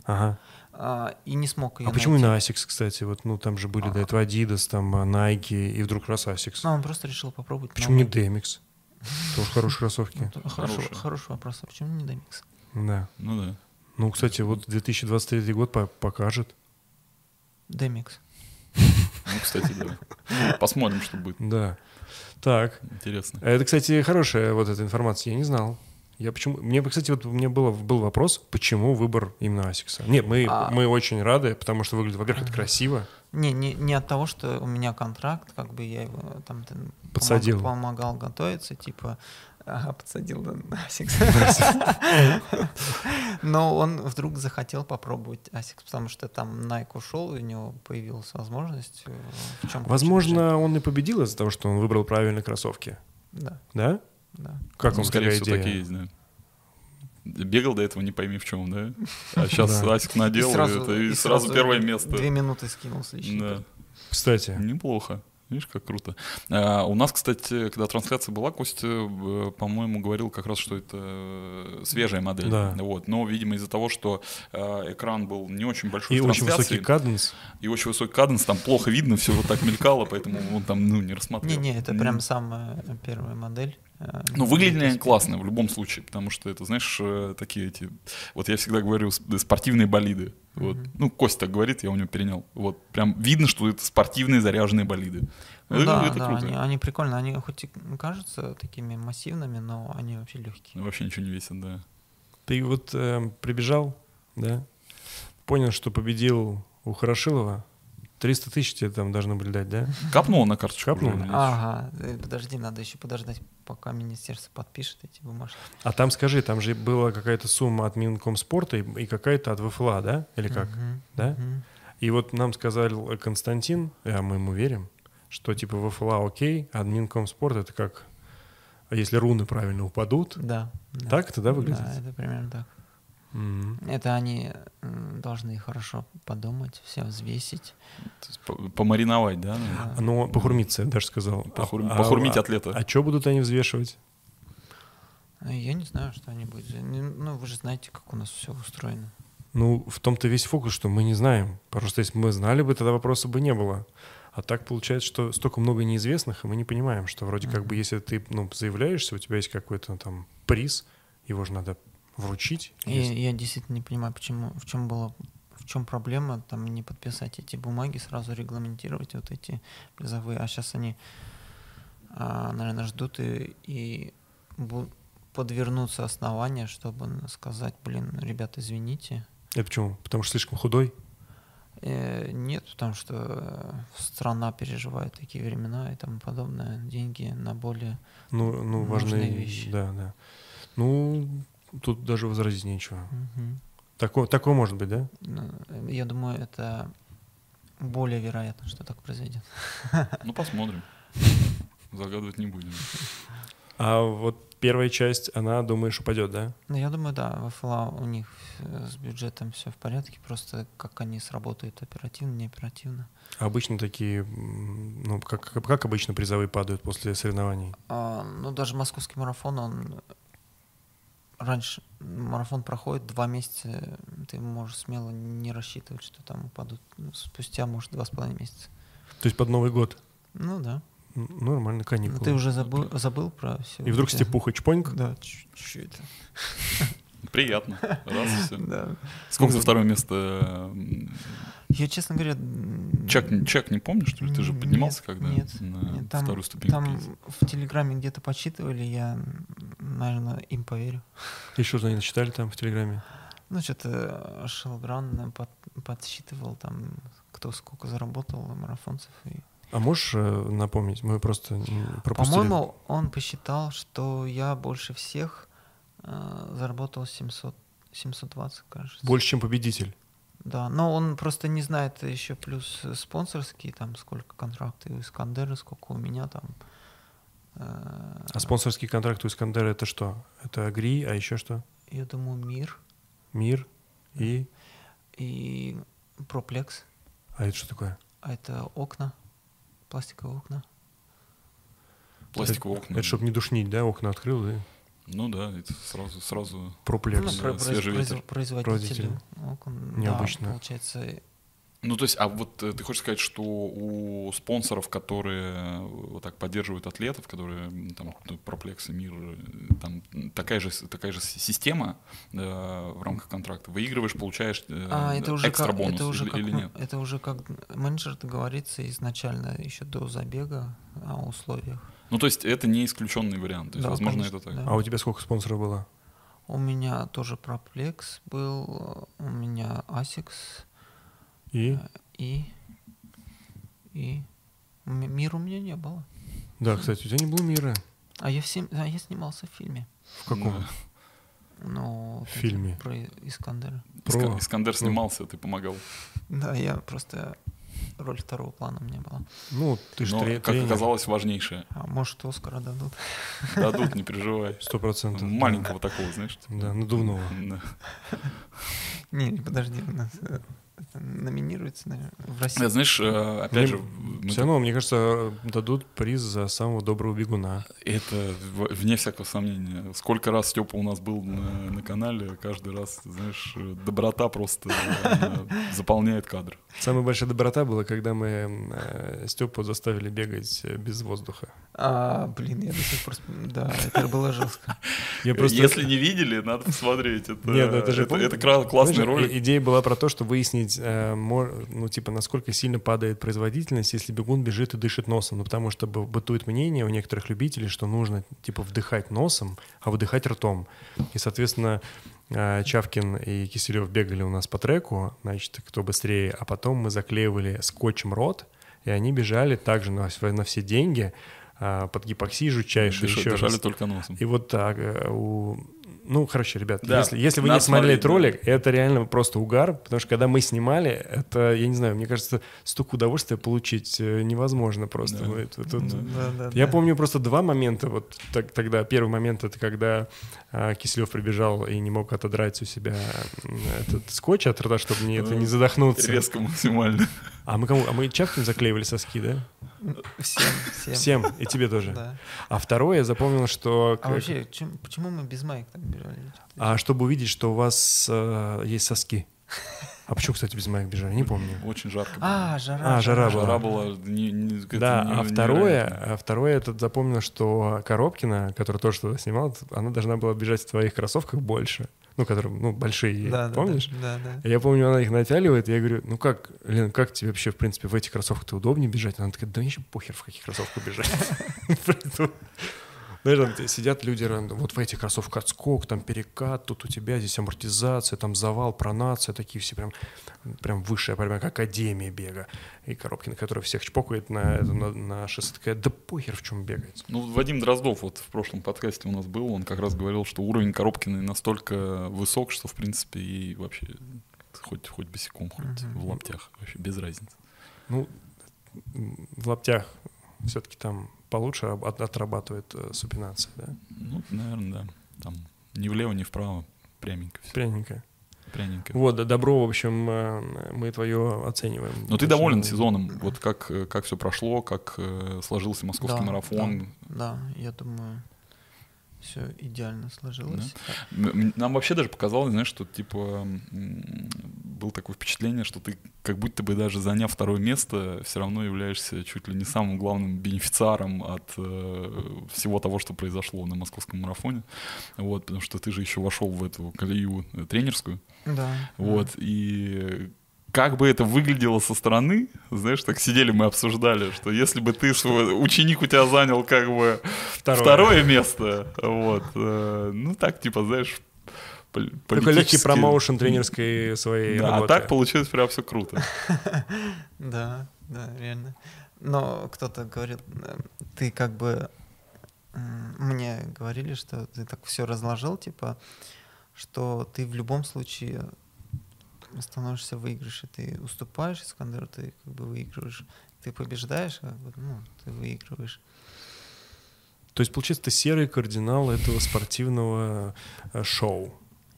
и не смог ее найти. А почему на ASICS, кстати? Вот, там же были до этого Adidas, там Nike, и вдруг раз ASICS. Он просто решил попробовать. Почему не DMX? Тоже хорошие кроссовки. Хороший вопрос, а почему не DMX? Да. Ну да. Ну, кстати, вот 2023 год покажет. DMX. Ну, кстати, да. Посмотрим, что будет. Да. Так. Интересно. Это, кстати, хорошая вот эта информация. Я не знал. Мне, кстати, вот у меня был вопрос, почему выбор именно ASICS. Нет, мы очень рады, потому что выглядит, во-первых, это красиво. Не от того, что у меня контракт, как бы я его там подсадил. Помогал готовиться, типа... подсадил на ASICS. Но он вдруг захотел попробовать ASICS, потому что там Nike ушел, и у него появилась возможность. Возможно, он и победил из-за того, что он выбрал правильные кроссовки. Да. Да? Да. Как вам такая идея? Такие есть, да. Бегал до этого, не пойми в чем, да? А сейчас ASICS надел, и сразу первое место. 2 минуты скинул с личника. Да. Кстати. Неплохо. Видишь, как круто. У нас, кстати, когда трансляция была, Костя, по-моему, говорил как раз, что это свежая модель. Да. Вот. Но, видимо, из-за того, что экран был не очень большой, и очень высокий каденс. И очень высокий каденс, там плохо видно, все вот так мелькало, поэтому он там не рассматривал. Не, это прям самая первая модель. Ну, выглядели они классно в любом случае, потому что это, знаешь, такие эти... Вот я всегда говорю, спортивные болиды. Вот. Ну, Костя так говорит, я у него перенял. Вот прям видно, что это спортивные заряженные болиды. Ну, да, это круто. они прикольные. Они хоть и кажутся такими массивными, но они вообще легкие. Вообще ничего не весят, да. Ты вот прибежал, да, понял, что победил у Хорошилова, 300 тысяч тебе там должны были дать, да? Капнул на карточку? Капнул? Уже, Ага, подожди, надо еще подождать, пока министерство подпишет эти бумажки. А там, скажи, там же была какая-то сумма от Минкомспорта и какая-то от ВФЛА, да? Или как? Да? И вот нам сказал Константин, а мы ему верим, что типа ВФЛА окей, а Минкомспорт это как, если руны правильно упадут. Да. Так это, да, выглядит? Да, это примерно так. Мгм. Это они должны хорошо подумать, все взвесить. То есть помариновать, да? наверное? Но похурмиться, я даже сказал. Похурмить атлета. А что будут они взвешивать? Я не знаю, что они будут. Ну, вы же знаете, как у нас все устроено. Ну, в том-то весь фокус, что мы не знаем. Просто если бы мы знали бы, тогда вопроса бы не было. А так получается, что столько много неизвестных, и мы не понимаем, что вроде как бы если ты заявляешься, у тебя есть какой-то там приз, его же надо вручить. Я действительно не понимаю, в чем проблема там не подписать эти бумаги, сразу регламентировать вот эти призовые. А сейчас они, наверное, ждут и подвернутся основания, чтобы сказать, блин, ребята, извините. Это почему? Потому что слишком худой? Нет, потому что страна переживает такие времена и тому подобное. Деньги на более Ну важные вещи. Да. Ну, тут даже возразить нечего. Мгм. Такое может быть, да? Ну, я думаю, это более вероятно, что так произойдет. Ну, посмотрим. Загадывать не будем. А вот первая часть, она, думаешь, упадет, да? Ну, я думаю, да, в ФЛА у них с бюджетом все в порядке, просто как они сработают оперативно, не оперативно. А обычно такие, ну, как обычно призовые падают после соревнований? Ну, даже московский марафон, раньше марафон проходит 2 месяца, ты можешь смело не рассчитывать, что там упадут спустя, может, 2,5 месяца. То есть под Новый год? Ну да. Нормально, Ну, каникулы. ты уже забыл про все. И вдруг степуха чпоньк? Да, чуть-чуть. Приятно. Раз и все. Да. Сколько за второе место? Я, честно говоря... Чек не помнишь, что ли? Ты же поднимался когда Нет, на там, вторую ступеньку? там в Телеграме где-то подсчитывали, я, наверное, им поверю. И что они читали там в Телеграме? Ну, что-то Шелгран подсчитывал там, кто сколько заработал марафонцев. А можешь напомнить? Мы просто пропустили. По-моему, он посчитал, что я больше всех заработал 720, кажется. Больше, чем победитель. Да, но он просто не знает еще плюс спонсорские, там сколько контрактов у Искандера, сколько у меня там. А спонсорский контракт у Искандера это что? Это Агри, а еще что? Я думаю, Мир Мир и Проплекс. А это что такое? А это окна, пластиковые окна. Пластиковые окна. Это чтобы не душнить, да? Окна открыл и... Ну да, это сразу... Проплекс. Ну, свежий ветер. Производитель окон. Необычно. Да, получается... Ну, то есть, а вот ты хочешь сказать, что у спонсоров, которые вот так поддерживают атлетов, которые там Проплекс и Мир, там такая же система в рамках контракта. Выигрываешь, получаешь экстра бонус или нет? Это уже как менеджер договорится изначально еще до забега о условиях. Ну, то есть это не исключенный вариант. То есть, Да, возможно, конечно, это так. да. А у тебя сколько спонсоров было? У меня тоже Проплекс был, у меня Asics И? и Мир у меня не было. Да, кстати, у тебя не было Мира. Я снимался в фильме. В каком? Да. Ну, вот В фильме? про Искандера. Искандер снимался, ты помогал. Да, я просто... Роль второго плана у меня была. Ну, ты же Но, как тренер. оказалось, важнейшее. А может, Оскара дадут? Дадут, не переживай. 100%. Маленького такого, знаешь. Да, надувного. Да. Не, подожди, у нас номинируется в России. Знаешь, опять же... Все равно, мне кажется, дадут приз за самого доброго бегуна. Это вне всякого сомнения. Сколько раз Степа у нас был на канале, каждый раз, знаешь, доброта просто заполняет кадр. Самая большая доброта была, когда мы Степу заставили бегать без воздуха. Блин, я до сих пор... Да, это было жестко. Если не видели, надо посмотреть. Это классный ролик. Идея была про то, что выяснить, насколько сильно падает производительность, если бегун бежит и дышит носом. Ну, потому что бытует мнение у некоторых любителей, что нужно, вдыхать носом, а выдыхать ртом. И, соответственно, Чавкин и Киселев бегали у нас по треку, значит, кто быстрее, а потом мы заклеивали скотчем рот, и они бежали также на все деньги, под гипоксией жутчайшей. Дышали только носом. И вот так ребят, да, если вы не смотрели этот ролик, это реально просто угар, потому что когда мы снимали, это, я не знаю, мне кажется, столько удовольствия получить невозможно просто. Я помню просто два момента. Вот тогда первый момент — это когда Киселев прибежал и не мог отодрать у себя этот скотч от рта, чтобы не задохнуться. Резко максимально. А мы Чавкин заклеивали соски, да? Всем, и тебе тоже. Да. А второе, я запомнил, что... вообще, почему мы без маек так бежали? Чтобы увидеть, что у вас есть соски. А почему, кстати, без маек бежали? Не помню. Очень жарко было. Жара была. Жара была. Да, второе, это запомнил, что Коробкина, которая тоже что-то снимала, она должна была бежать в твоих кроссовках больше. Которые, большие, помнишь? Да. Я помню, она их натягивает, и я говорю, Лена, как тебе вообще, в принципе, в этих кроссовках-то удобнее бежать? Она такая, да мне еще похер, в каких кроссовках бежать. Знаешь, там сидят люди, вот в этих кроссовках отскок, там перекат, тут у тебя здесь амортизация, там завал, пронация, такие все прям высшая, прям как академия бега. И Коробкина, которая всех чпокает на шоссе, такая, да похер, в чем бегать. Вадим Дроздов вот в прошлом подкасте у нас был, он как раз говорил, что уровень Коробкиной настолько высок, что, в принципе, и вообще хоть босиком, хоть в лаптях, вообще без разницы. В лаптях все-таки там получше отрабатывает супинация, да? Наверное, да. Там ни влево, ни вправо, пряменько. Пряненько. Вот, добро, в общем, мы твое оцениваем. Но ты доволен сезоном? Вот как все прошло, как сложился московский марафон? Да, я думаю, все идеально сложилось. Да? Нам вообще даже показалось, знаешь, что было такое впечатление, что ты как будто бы даже заняв второе место, все равно являешься чуть ли не самым главным бенефициаром от всего того, что произошло на московском марафоне. Вот, потому что ты же еще вошел в эту колею тренерскую. Да. Вот, и как бы это выглядело со стороны, знаешь, так сидели мы обсуждали, что если бы ученик у тебя занял как бы второе место, вот, так типа, знаешь, такой легкий промоушен тренерской своей работы. А так получилось прям все круто. Да, реально. Но кто-то говорит, ты как бы... Мне говорили, что ты так все разложил, что ты в любом случае становишься в выигрыше. Ты уступаешь Искандеру, ты как бы выигрываешь. Ты побеждаешь, ты выигрываешь. То есть, получается, ты серый кардинал этого спортивного шоу?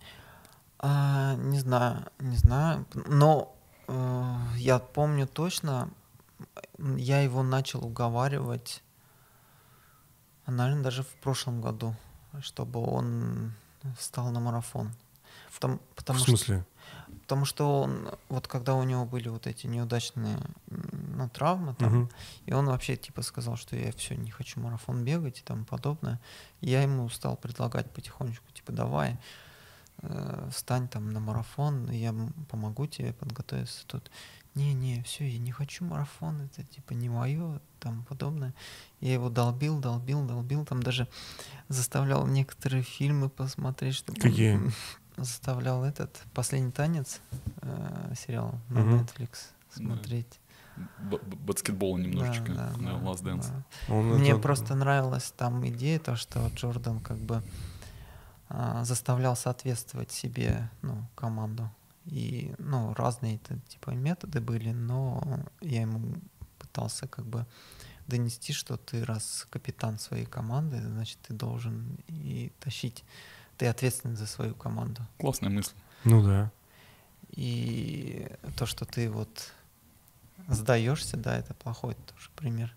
Не знаю. Но я помню точно, я его начал уговаривать, наверное, даже в прошлом году, чтобы он встал на марафон. В смысле? Потому что он, вот когда у него были вот эти неудачные травмы, там, и он вообще сказал, что я все, не хочу марафон бегать и тому подобное. И я ему стал предлагать потихонечку, давай, встань там на марафон, я помогу тебе подготовиться тут. Не, все, я не хочу марафон, это не мое, там подобное. Я его долбил, там даже заставлял некоторые фильмы посмотреть, чтобы... Какие? Заставлял «Последний танец», сериал на Netflix смотреть. Баскетбол немножечко, Last Dance. Да. Мне просто нравилась там идея, то, что Джордан как бы заставлял соответствовать себе, команду. И, разные методы были, но я ему пытался как бы донести, что ты раз капитан своей команды, значит, ты должен и тащить. Ты ответственен за свою команду. Классная мысль. Да. И то, что ты вот сдаешься, да, это плохой тоже пример.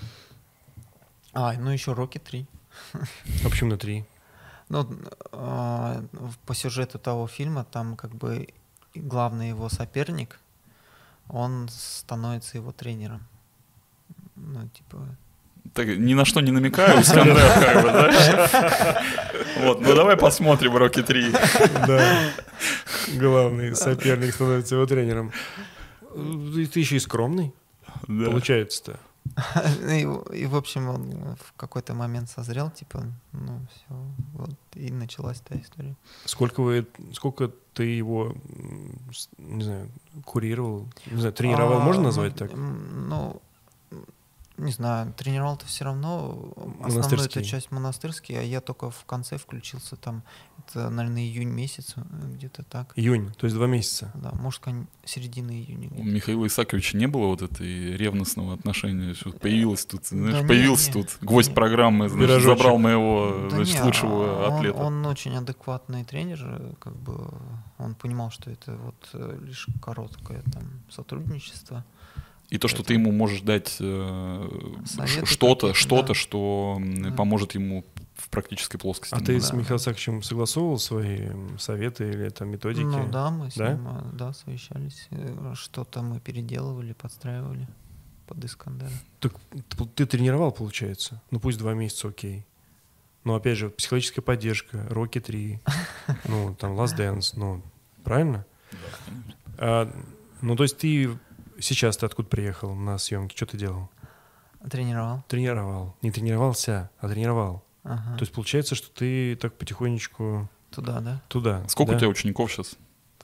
Ну еще Рокки 3. А почему на 3? Ну, по сюжету того фильма, там как бы главный его соперник, он становится его тренером. Ну, типа... Так, ни на что не намекаю, Искандер, как бы, да? Вот, ну давай посмотрим Рокки 3. Да. Главный соперник становится его тренером. Ты еще и скромный, получается-то. И, в общем, он в какой-то момент созрел, типа, ну, все, вот, и началась та история. Сколько ты его, не знаю, курировал, не знаю, тренировал, можно назвать так? Ну, не знаю, тренировал-то все равно. Основную эту часть монастырский, а я только в конце включился там. Это, наверное, июнь месяц, где-то так. Июнь, то есть 2 месяца. Да, может, середина июня. У Михаила Исааковича не было вот этой ревностного отношения. Появилось тут, знаешь, Да появился тут гвоздь программы, значит, забрал моего, значит, лучшего атлета. Он очень адекватный тренер, как бы он понимал, что это вот лишь короткое там сотрудничество. И то, что ты ему можешь дать что-то, что поможет ему в практической плоскости. А ты с Михаилом Исааковичем согласовывал свои советы или там методики? Ну да, мы с ним совещались. Что-то мы переделывали, подстраивали под Искандера. Так ты тренировал, получается? Ну пусть 2 месяца, окей. Но опять же, психологическая поддержка, Рокки 3, ну там Last Dance, ну правильно? Да. Ну то есть ты... Сейчас ты откуда приехал на съемки? Что ты делал? Тренировал. Тренировал. Не тренировался, а тренировал. Ага. То есть получается, что ты так потихонечку... Туда, да? Туда. Сколько у тебя учеников сейчас?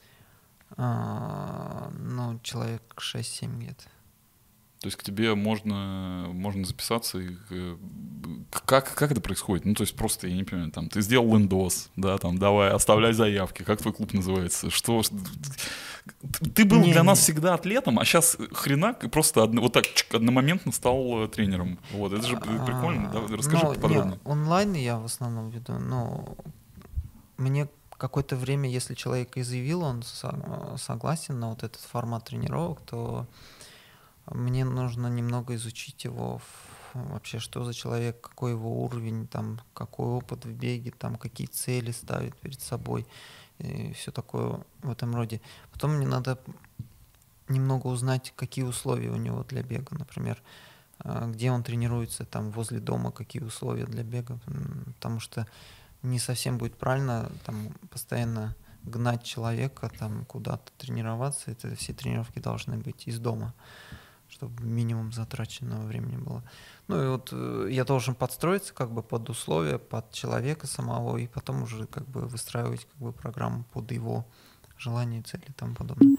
Ну, человек 6-7 где-то. То есть к тебе можно записаться. Как это происходит? Ну, то есть просто, я не понимаю, там, ты сделал лендос, да, там, давай, оставляй заявки. Как твой клуб называется? Что... Ты был для нас всегда атлетом, а сейчас хренак и просто вот так одномоментно стал тренером. Вот, это же прикольно. Да? Расскажи поподробнее. Онлайн я в основном веду, но мне какое-то время, если человек и заявил, он согласен на вот этот формат тренировок, то мне нужно немного изучить его, вообще, что за человек, какой его уровень, там, какой опыт в беге, там, какие цели ставит перед собой. И все такое в этом роде. Потом мне надо немного узнать, какие условия у него для бега, например, где он тренируется, там возле дома, какие условия для бега, потому что не совсем будет правильно там постоянно гнать человека там куда-то тренироваться. Это все тренировки должны быть из дома, чтобы минимум затраченного времени было. Ну и вот я должен подстроиться как бы под условия, под человека самого, и потом уже как бы выстраивать как бы программу под его желания, цели и тому подобное.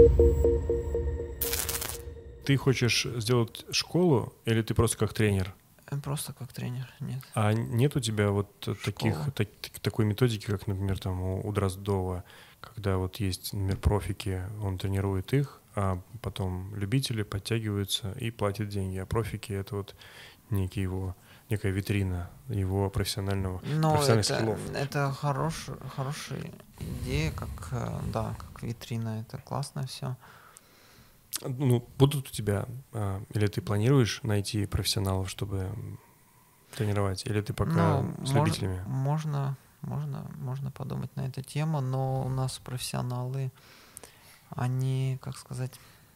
Ты хочешь сделать школу или ты просто как тренер? Просто как тренер, нет. А нет у тебя вот такой методики, как, например, там у Дроздова, когда вот есть, например, профики, он тренирует их, а потом любители подтягиваются и платят деньги, а профики — это вот некая витрина его профессиональных скиллов. Это хорошая идея, как витрина, это классно все. Ну, будут у тебя, или ты планируешь найти профессионалов, чтобы тренировать, или ты пока с любителями? Можно подумать на эту тему, но у нас профессионалы, они, как сказать,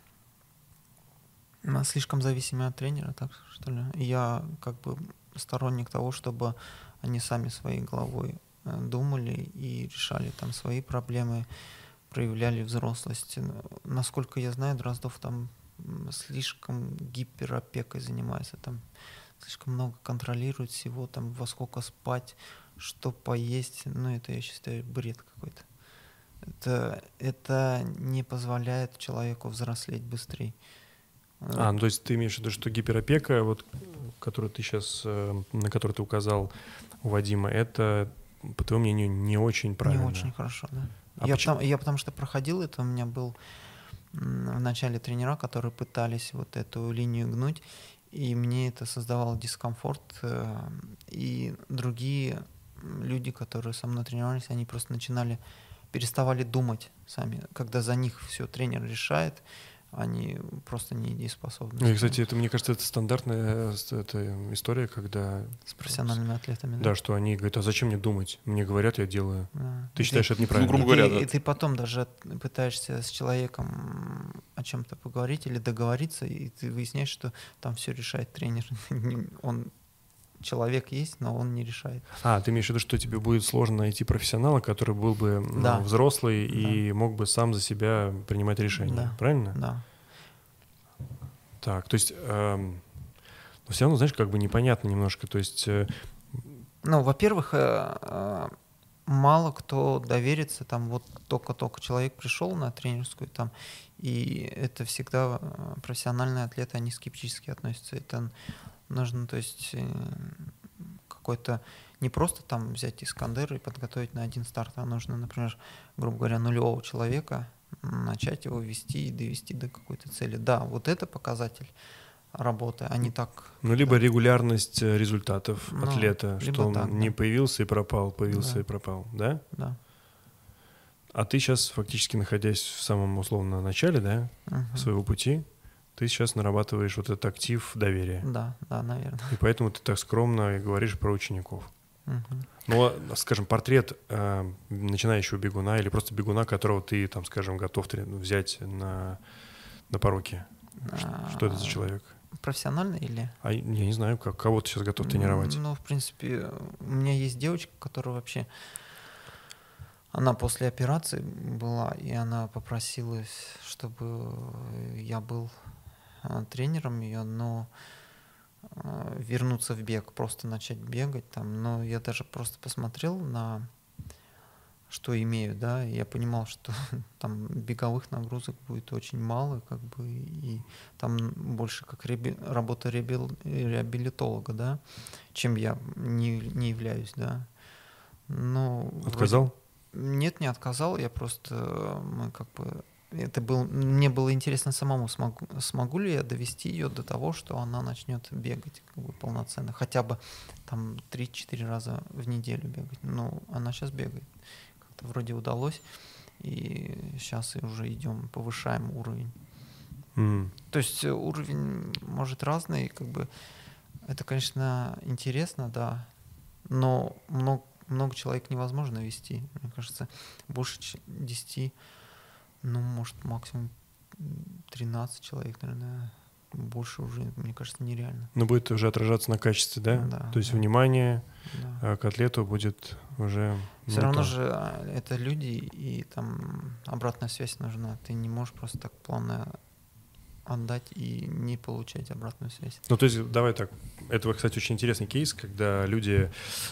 слишком зависимы от тренера, так что ли. Я как бы сторонник того, чтобы они сами своей головой думали и решали там свои проблемы, проявляли взрослость. Насколько я знаю, Дроздов там слишком гиперопекой занимается, там слишком много контролирует всего, там во сколько спать, что поесть. Ну, это, я считаю, бред какой-то. Это не позволяет человеку взрослеть быстрее. Ну, то есть ты имеешь в виду, что гиперопека, вот, на которую ты указал у Вадима, это, по твоему мнению, не очень правильно? Не очень хорошо, да. Я потому что проходил это, у меня был в начале тренера, которые пытались вот эту линию гнуть, и мне это создавало дискомфорт, и другие люди, которые со мной тренировались, они просто начинали переставали думать сами. Когда за них все тренер решает, они просто недееспособны. Ну, и, кстати, это, мне кажется, это стандартная это история, когда... С профессиональными атлетами, Да, что они говорят, а зачем мне думать? Мне говорят, я делаю. Да. Ты считаешь, это Ну, неправильно? грубо говоря, И да. ты потом даже пытаешься с человеком о чем-то поговорить или договориться, и ты выясняешь, что там все решает тренер. Он человек есть, но он не решает. А, ты имеешь в виду, что тебе будет сложно найти профессионала, который был бы Да. взрослый и мог бы сам за себя принимать решения, Да. правильно? Да. Так, то есть, но все равно, знаешь, как бы непонятно немножко, то есть... Ну, во-первых, мало кто доверится, там вот только-только человек пришел на тренерскую, там, и это всегда профессиональные атлеты, они скептически относятся. Это нужно, то есть, какой-то не просто там взять Искандер и подготовить на один старт, а нужно, например, грубо говоря, нулевого человека начать его вести и довести до какой-то цели. Да, вот это показатель работы, а не так... Ну, либо регулярность результатов Ну, атлета, либо что он так, не да. появился и пропал, появился Да. и пропал, да? Да. А ты сейчас, фактически находясь в самом условно начале, да, Мгм. своего пути, ты сейчас нарабатываешь вот этот актив доверия. Да, наверное. И поэтому ты так скромно и говоришь про учеников. Мгм. Но, скажем, портрет начинающего бегуна или просто бегуна, которого ты, там, скажем, готов взять на поруки. Что это за человек? Профессионально или? А я не знаю, кого ты сейчас готов тренировать. Ну, в принципе, у меня есть девочка, которая вообще... Она после операции была, и она попросила, чтобы я был тренером ее, но вернуться в бег, просто начать бегать там. Но я даже просто посмотрел на что имею, да, и я понимал, что там беговых нагрузок будет очень мало, как бы, и там больше как работа реабилитолога, да, чем я не являюсь, да. Но Отказал? Нет, не отказал, я просто, мы как бы, мне было интересно самому, смогу ли я довести ее до того, что она начнет бегать как бы полноценно, хотя бы там 3-4 раза в неделю бегать. Ну, она сейчас бегает. Как-то вроде удалось, и сейчас уже идем, повышаем уровень. То есть уровень может разный, как бы, это, конечно, интересно, да, но много человек невозможно вести. Мне кажется, больше 10, ну, может, максимум 13 человек, наверное, больше уже, мне кажется, нереально. Но будет уже отражаться на качестве, да? Да, То есть да. внимание Да. к атлету будет уже... Все не равно то. же это люди, и там обратная связь нужна. Ты не можешь просто так плавно отдать и не получать обратную связь. Ну, то есть, давай так. Это, кстати, очень интересный кейс, когда люди,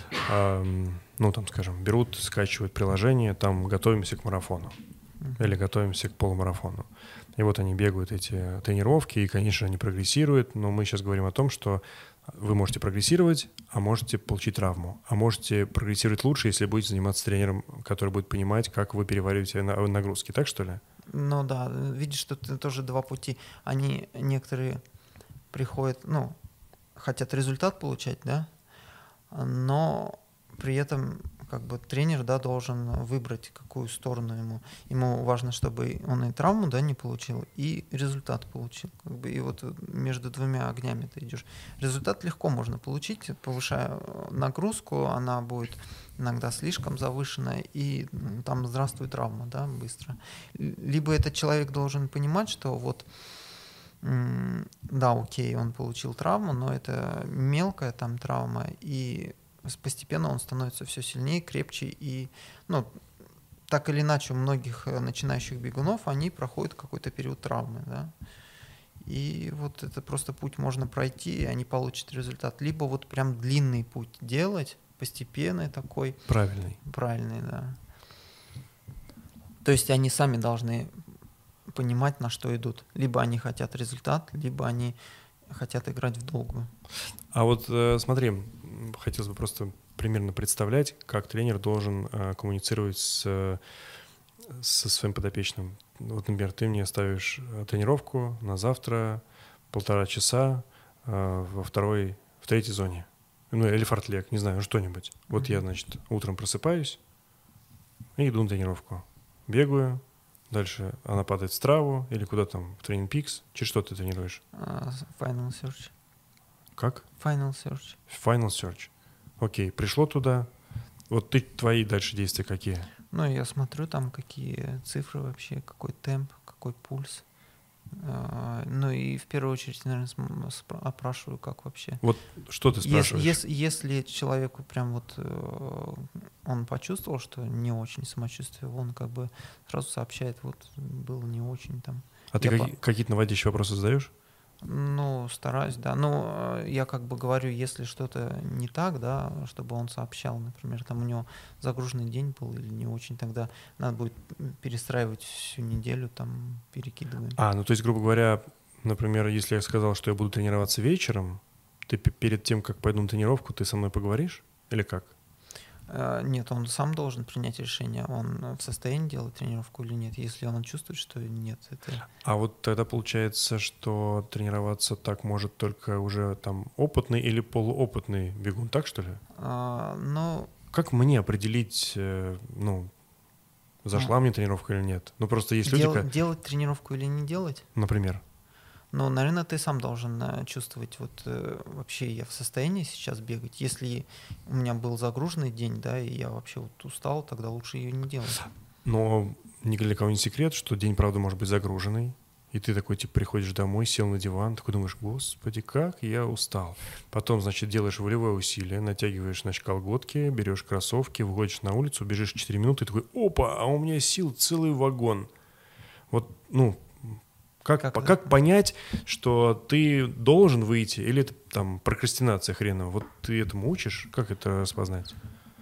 ну, там, скажем, берут, скачивают приложение, там, готовимся к марафону или готовимся к полумарафону. И вот они бегают эти тренировки, и, конечно, они прогрессируют, но мы сейчас говорим о том, что вы можете прогрессировать, а можете получить травму. А можете прогрессировать лучше, если будете заниматься тренером, который будет понимать, как вы перевариваете нагрузки. Так, что ли? Ну да, видишь, что это тоже два пути. Они, некоторые приходят, ну, хотят результат получать, да, но при этом как бы тренер, да, должен выбрать, какую сторону ему. Ему важно, чтобы он и травму, да, не получил, и результат получил. Как бы, и вот между двумя огнями ты идешь. Результат легко можно получить, повышая нагрузку, она будет иногда слишком завышенная, и там здравствует травма, да, быстро. Либо этот человек должен понимать, что вот да, окей, он получил травму, но это мелкая там травма, и постепенно он становится все сильнее, крепче, и, ну, так или иначе у многих начинающих бегунов они проходят какой-то период травмы, да, и вот это просто путь можно пройти, и они получат результат. Либо вот прям длинный путь делать, постепенный такой. Правильный, да. То есть они сами должны понимать, на что идут. Либо они хотят результат, либо они хотят играть в долгую. А вот смотри, хотелось бы просто примерно представлять, как тренер должен коммуницировать со своим подопечным. Вот, например, ты мне ставишь тренировку на завтра 1,5 часа в третьей зоне. Ну, или фортлек, не знаю, что-нибудь. Вот я, значит, утром просыпаюсь и иду на тренировку. бегаю, дальше она падает в страву или куда там, в Training Peaks. Через что ты тренируешь? Final Search. Как? Final Search. Final Search. Окей, пришло туда. Вот твои дальше действия какие? Ну, я смотрю там, какие цифры вообще, какой темп, какой пульс. Ну и в первую очередь, наверное, опрашиваю, как вообще. Вот что ты спрашиваешь? Если человеку прям вот он почувствовал, что не очень самочувствие, он как бы сразу сообщает, вот было не очень там. А ты какие-то наводящие вопросы задаешь? Ну, стараюсь, да. Ну, я как бы говорю, если что-то не так, да, чтобы он сообщал, например, там у него загруженный день был или не очень, тогда надо будет перестраивать всю неделю, там, перекидываем. Ну то есть, грубо говоря, например, если я сказал, что я буду тренироваться вечером, ты перед тем, как пойду на тренировку, ты со мной поговоришь? Или как? Нет, он сам должен принять решение, он в состоянии делать тренировку или нет. Если он чувствует, что нет, это... А вот тогда получается, что тренироваться так может только уже там опытный или полуопытный бегун, так что ли? Ну... Как мне определить, зашла мне тренировка или нет? Ну просто есть люди... Делать тренировку или не делать? Например? Ну, наверное, ты сам должен чувствовать, вот вообще я в состоянии сейчас бегать. Если у меня был загруженный день, да, и я вообще вот устал, тогда лучше ее не делать. Но ни для кого не секрет, что день, правда, может быть загруженный, и ты такой, типа, приходишь домой, сел на диван, такой думаешь, господи, как я устал. Потом, значит, делаешь волевое усилие, натягиваешь, значит, колготки, берешь кроссовки, выходишь на улицу, бежишь 4 минуты, и такой, опа, а у меня сил целый вагон. Вот, Как понять, что ты должен выйти, или это там прокрастинация хренова? Вот ты этому учишь? Как это распознать?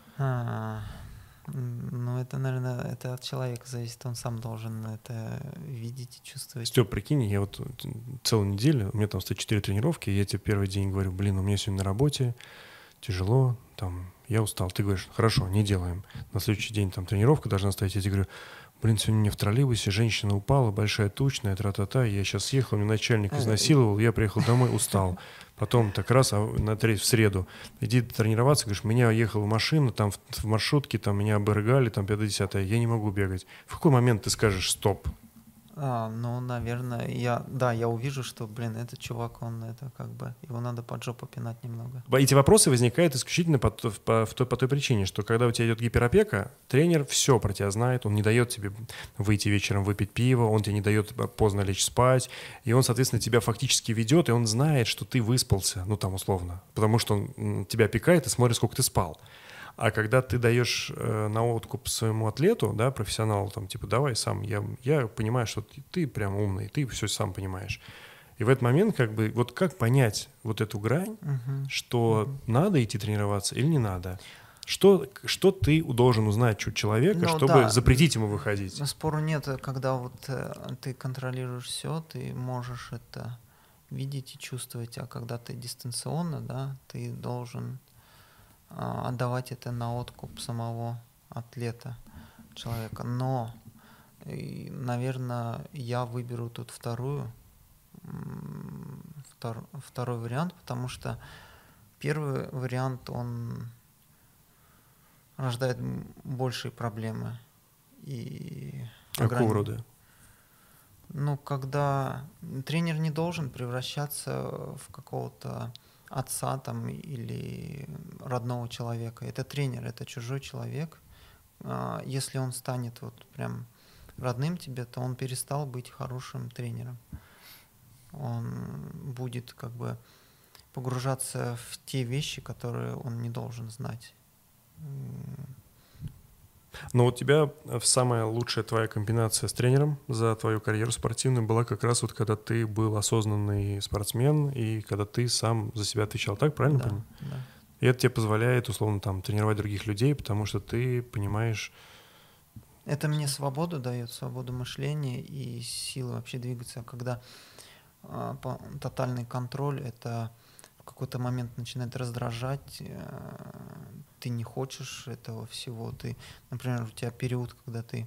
Ну, это, наверное, это от человека зависит, он сам должен это видеть и чувствовать. Стёп, прикинь, я вот целую неделю, у меня там стоит 4 тренировки, и я тебе первый день говорю, у меня сегодня на работе тяжело, там, я устал. Ты говоришь, хорошо, не делаем. На следующий день там тренировка должна стоять, я тебе говорю, сегодня мне в троллейбусе женщина упала, большая, тучная, тра-та-та, я сейчас съехал, меня начальник изнасиловал, я приехал домой, устал. Потом так раз, в среду, иди тренироваться, говоришь, меня ехала машина, там в маршрутке, там меня обыргали, там 50-е, я не могу бегать. В какой момент ты скажешь стоп? Ну, наверное, я увижу, что, этот чувак, он это как бы, его надо под жопу пинать немного. Эти вопросы возникают исключительно по той причине, что когда у тебя идет гиперопека, тренер все про тебя знает, он не дает тебе выйти вечером выпить пиво, он тебе не дает поздно лечь спать, и он, соответственно, тебя фактически ведет, и он знает, что ты выспался, условно, потому что он тебя опекает и смотрит, сколько ты спал. А когда ты даешь на откуп своему атлету, да, профессионалу, там, типа, давай сам, я понимаю, что ты прям умный, ты все сам понимаешь. И в этот момент, как понять вот эту грань, что надо идти тренироваться или не надо? Что ты должен узнать у человека, чтобы запретить ему выходить? Спору нет, когда вот ты контролируешь все, ты можешь это видеть и чувствовать, а когда ты дистанционно, да, ты должен отдавать это на откуп самого атлета, человека. Но, наверное, я выберу тут второй вариант, потому что первый вариант, он рождает большие проблемы. Какого рода? Когда тренер не должен превращаться в какого-то отца там или родного человека. Это тренер, это чужой человек. Если он станет вот прям родным тебе, то он перестал быть хорошим тренером. Он будет как бы погружаться в те вещи, которые он не должен знать. Но у тебя самая лучшая твоя комбинация с тренером за твою карьеру спортивную была как раз вот когда ты был осознанный спортсмен и когда ты сам за себя отвечал, так правильно понимаю? Да. И это тебе позволяет, условно, там, тренировать других людей, потому что ты понимаешь... Это мне свободу дает, свободу мышления и силы вообще двигаться. Когда тотальный контроль, это в какой-то момент начинает раздражать, ты не хочешь этого всего. Ты, например, у тебя период, когда ты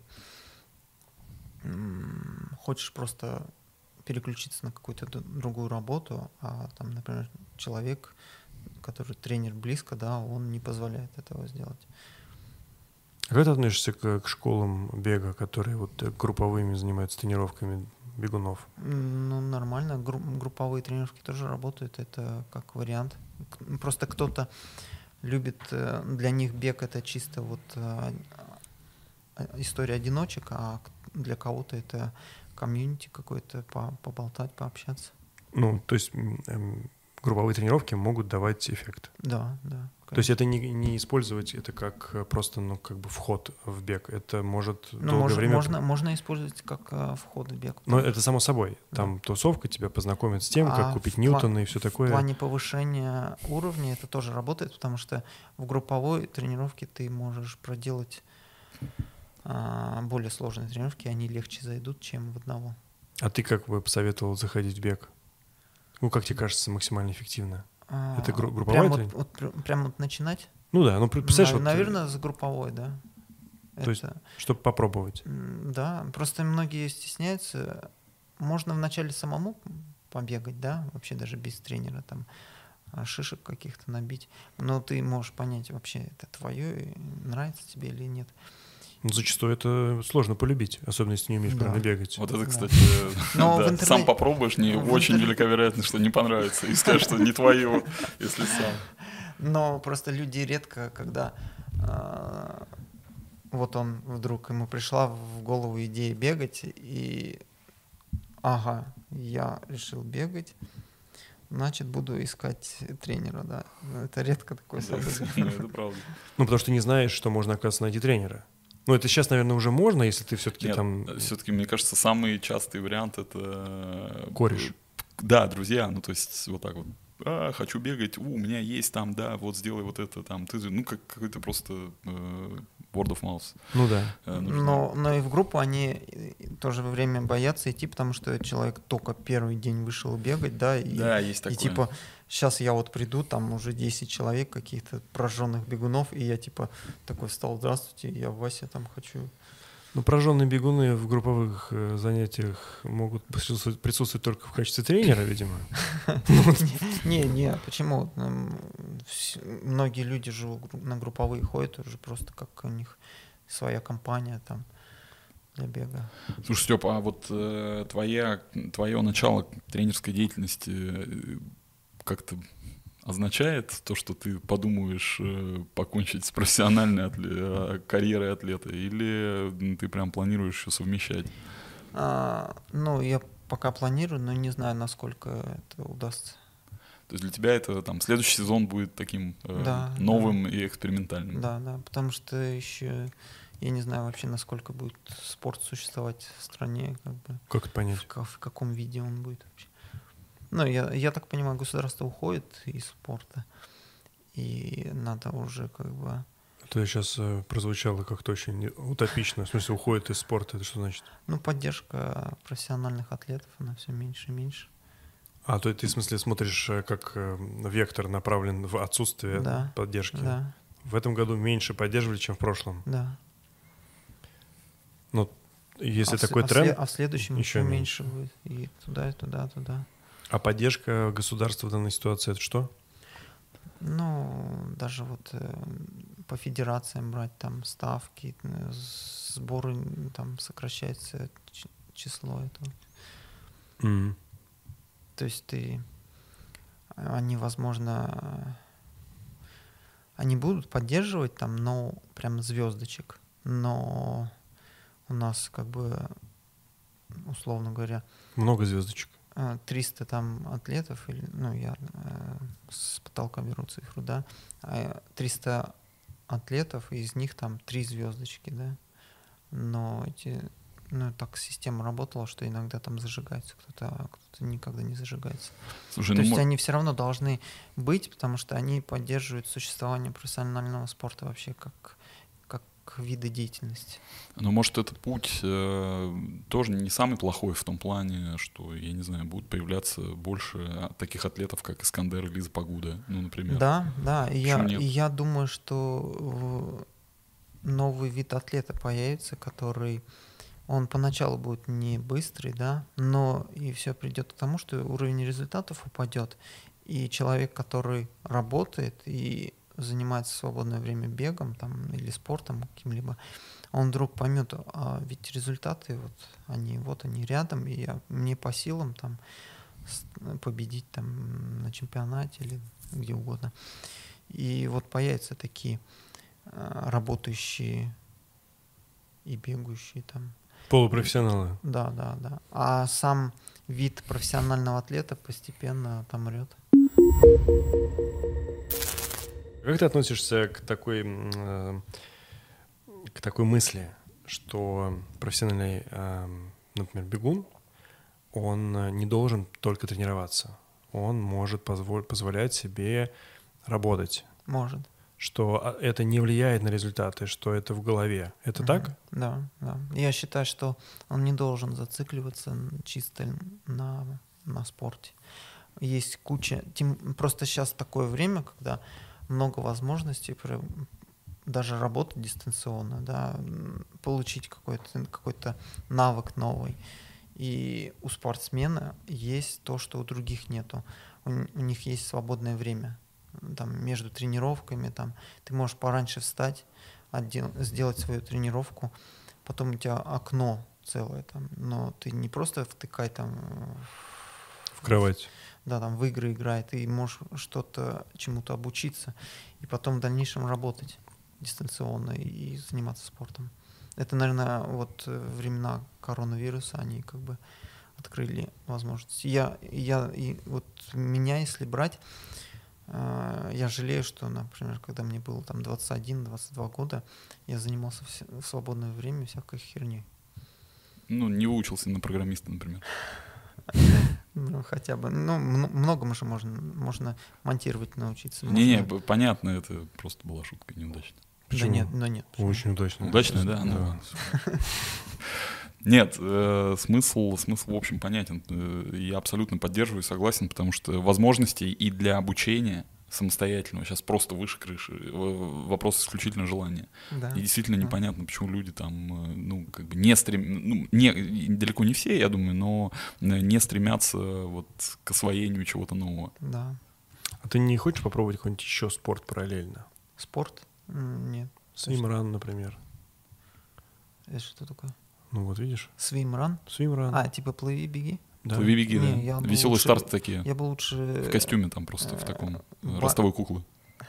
хочешь просто переключиться на какую-то другую работу, а там, например, человек, который тренер близко, да, он не позволяет этого сделать. А как ты относишься к школам бега, которые вот групповыми занимаются тренировками бегунов? Ну, нормально. Групповые тренировки тоже работают. Это как вариант. Просто кто-то любит, для них бег это чисто вот история одиночек, а для кого-то это комьюнити какое-то, поболтать, пообщаться. Ну, то есть групповые тренировки могут давать эффект. Да, да. То есть это не использовать это как просто, ну, как бы вход в бег. Это может долгое время... Можно использовать как вход в бег. Но это само собой. Там тусовка тебя познакомит с тем, как купить Ньютона и все такое. В плане повышения уровня это тоже работает, потому что в групповой тренировке ты можешь проделать более сложные тренировки, они легче зайдут, чем в одного. А ты как бы посоветовал заходить в бег? Ну, как тебе кажется, максимально эффективно? Это групповая тренировка? Прям вот начинать? Ну да, ну представляешь... Наверное, с групповой, да. То есть, чтобы попробовать. Да, просто многие стесняются. Можно вначале самому побегать, да, вообще даже без тренера, там, шишек каких-то набить. Но ты можешь понять, вообще это твое, нравится тебе или нет. Зачастую это сложно полюбить, особенно если не умеешь правильно бегать. Вот это, кстати, да, сам попробуешь, не очень велика вероятность, что не понравится, и скажешь, что не твое, если сам. Но просто люди редко, когда вот он вдруг, ему пришла в голову идея бегать, и ага, я решил бегать, значит, буду искать тренера, да. Это редко такое событие. Это правда. Ну, потому что не знаешь, что можно, оказывается, найти тренера. Ну, это сейчас, наверное, уже можно, если ты все-таки там... Все-таки, мне кажется, самый частый вариант — это... Кореш. Да, друзья, ну, то есть вот так вот. Хочу бегать, у меня есть там, да, вот сделай вот это, там, ты, ну, как какой-то просто word of mouth. Ну да. Но и в группу они тоже во время боятся идти, потому что человек только первый день вышел бегать, да, есть такое. И типа сейчас я вот приду, там уже 10 человек каких-то прожженных бегунов, и я типа такой встал, здравствуйте, я Вася, там хочу... Ну, пораженные бегуны в групповых занятиях могут присутствовать только в качестве тренера, видимо. Не, почему? Многие люди же на групповые ходят уже просто как у них своя компания там для бега. Слушай, Степа, а вот твое начало тренерской деятельности как-то означает то, что ты подумаешь покончить с профессиональной карьерой атлета, или ты прям планируешь еще совмещать? Ну, я пока планирую, но не знаю, насколько это удастся. То есть для тебя это там следующий сезон будет таким новым и экспериментальным? Да, потому что еще я не знаю вообще, насколько будет спорт существовать в стране, как бы. Как это понять? В каком виде он будет вообще. Ну, я так понимаю, государство уходит из спорта, и надо уже как бы... Это сейчас прозвучало как-то очень утопично. В смысле, уходит из спорта, это что значит? Ну, поддержка профессиональных атлетов, она все меньше и меньше. То ты, в смысле, смотришь, как вектор направлен в отсутствие поддержки? Да. В этом году меньше поддерживали, чем в прошлом? Да. Ну, если такой тренд... в следующем еще меньше будет. И туда, и туда, туда. А поддержка государства в данной ситуации — это что? Ну, даже вот по федерациям брать там ставки, сборы, там сокращается число этого. Mm. То есть они, возможно, они будут поддерживать там, но прям звездочек. Но у нас как бы, условно говоря... Много звездочек. 300 там атлетов, ну, я с потолка беру цифру, да, 300 атлетов, из них там 3 звездочки, да, но так система работала, что иногда там зажигается кто-то, а кто-то никогда не зажигается. Слушай, То есть они все равно должны быть, потому что они поддерживают существование профессионального спорта вообще как виды деятельности. Но может этот путь тоже не самый плохой в том плане, что, я не знаю, будут появляться больше таких атлетов, как Искандер или Запагуда, ну, например. Да, и я думаю, что новый вид атлета появится, который, он поначалу будет не быстрый, да, но и все придет к тому, что уровень результатов упадет, и человек, который работает и занимается в свободное время бегом там, или спортом каким-либо, он вдруг поймет, а ведь результаты они рядом, и мне по силам там победить там на чемпионате или где угодно. И вот появятся такие работающие и бегающие там. Полупрофессионалы. Да. А сам вид профессионального атлета постепенно отомрет. Как ты относишься к такой мысли, что профессиональный, например, бегун, он не должен только тренироваться, он может позволять себе работать? Может. Что это не влияет на результаты, что это в голове. Это так? Да. Я считаю, что он не должен зацикливаться чисто на спорте. Есть куча... Просто сейчас такое время, когда много возможностей даже работать дистанционно, да, получить какой-то навык новый. И у спортсмена есть то, что у других нету. У них есть свободное время. Там, между тренировками там, ты можешь пораньше встать, сделать свою тренировку, потом у тебя окно целое, там, но ты не просто втыкай там в кровать. Да, там в игры играй, ты можешь чему-то обучиться и потом в дальнейшем работать дистанционно и заниматься спортом. Это, наверное, вот времена коронавируса, они как бы открыли возможности. Вот меня, если брать, я жалею, что, например, когда мне было там 21-22 года, я занимался в свободное время всякой херней. Ну, не выучился на программиста, например. Ну, хотя бы. Ну, многому же можно монтировать научиться. Не, понятно, это просто была шутка неудачная. Почему? Да нет. Очень удачно. Удачная, да? Ну, нет, смысл, в общем, понятен. Я абсолютно поддерживаю, согласен, потому что возможностей и для обучения самостоятельного сейчас просто выше крыши. Вопрос исключительно желания. Да. И действительно непонятно, почему люди там, ну, как бы не стремятся, далеко не все, я думаю, но не стремятся вот к освоению чего-то нового. Да. А ты не хочешь попробовать какой-нибудь еще спорт параллельно? Спорт? Нет. Свимран, например. Это что такое? Ну вот видишь. Свимран? Свимран. А, типа плыви, беги? Да. Плыви-беги, да. Не, Веселые старты такие. Я бы лучше... В костюме там просто, в таком, ростовой куклы.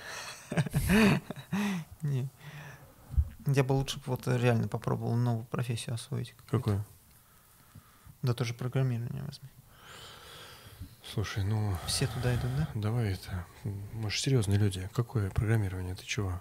Не. Я бы лучше вот реально попробовал новую профессию освоить. Какую? Да тоже программирование возьми. Слушай, ну... Все туда идут, да? Давай это... Мы же серьезные люди. Какое программирование? Ты чего?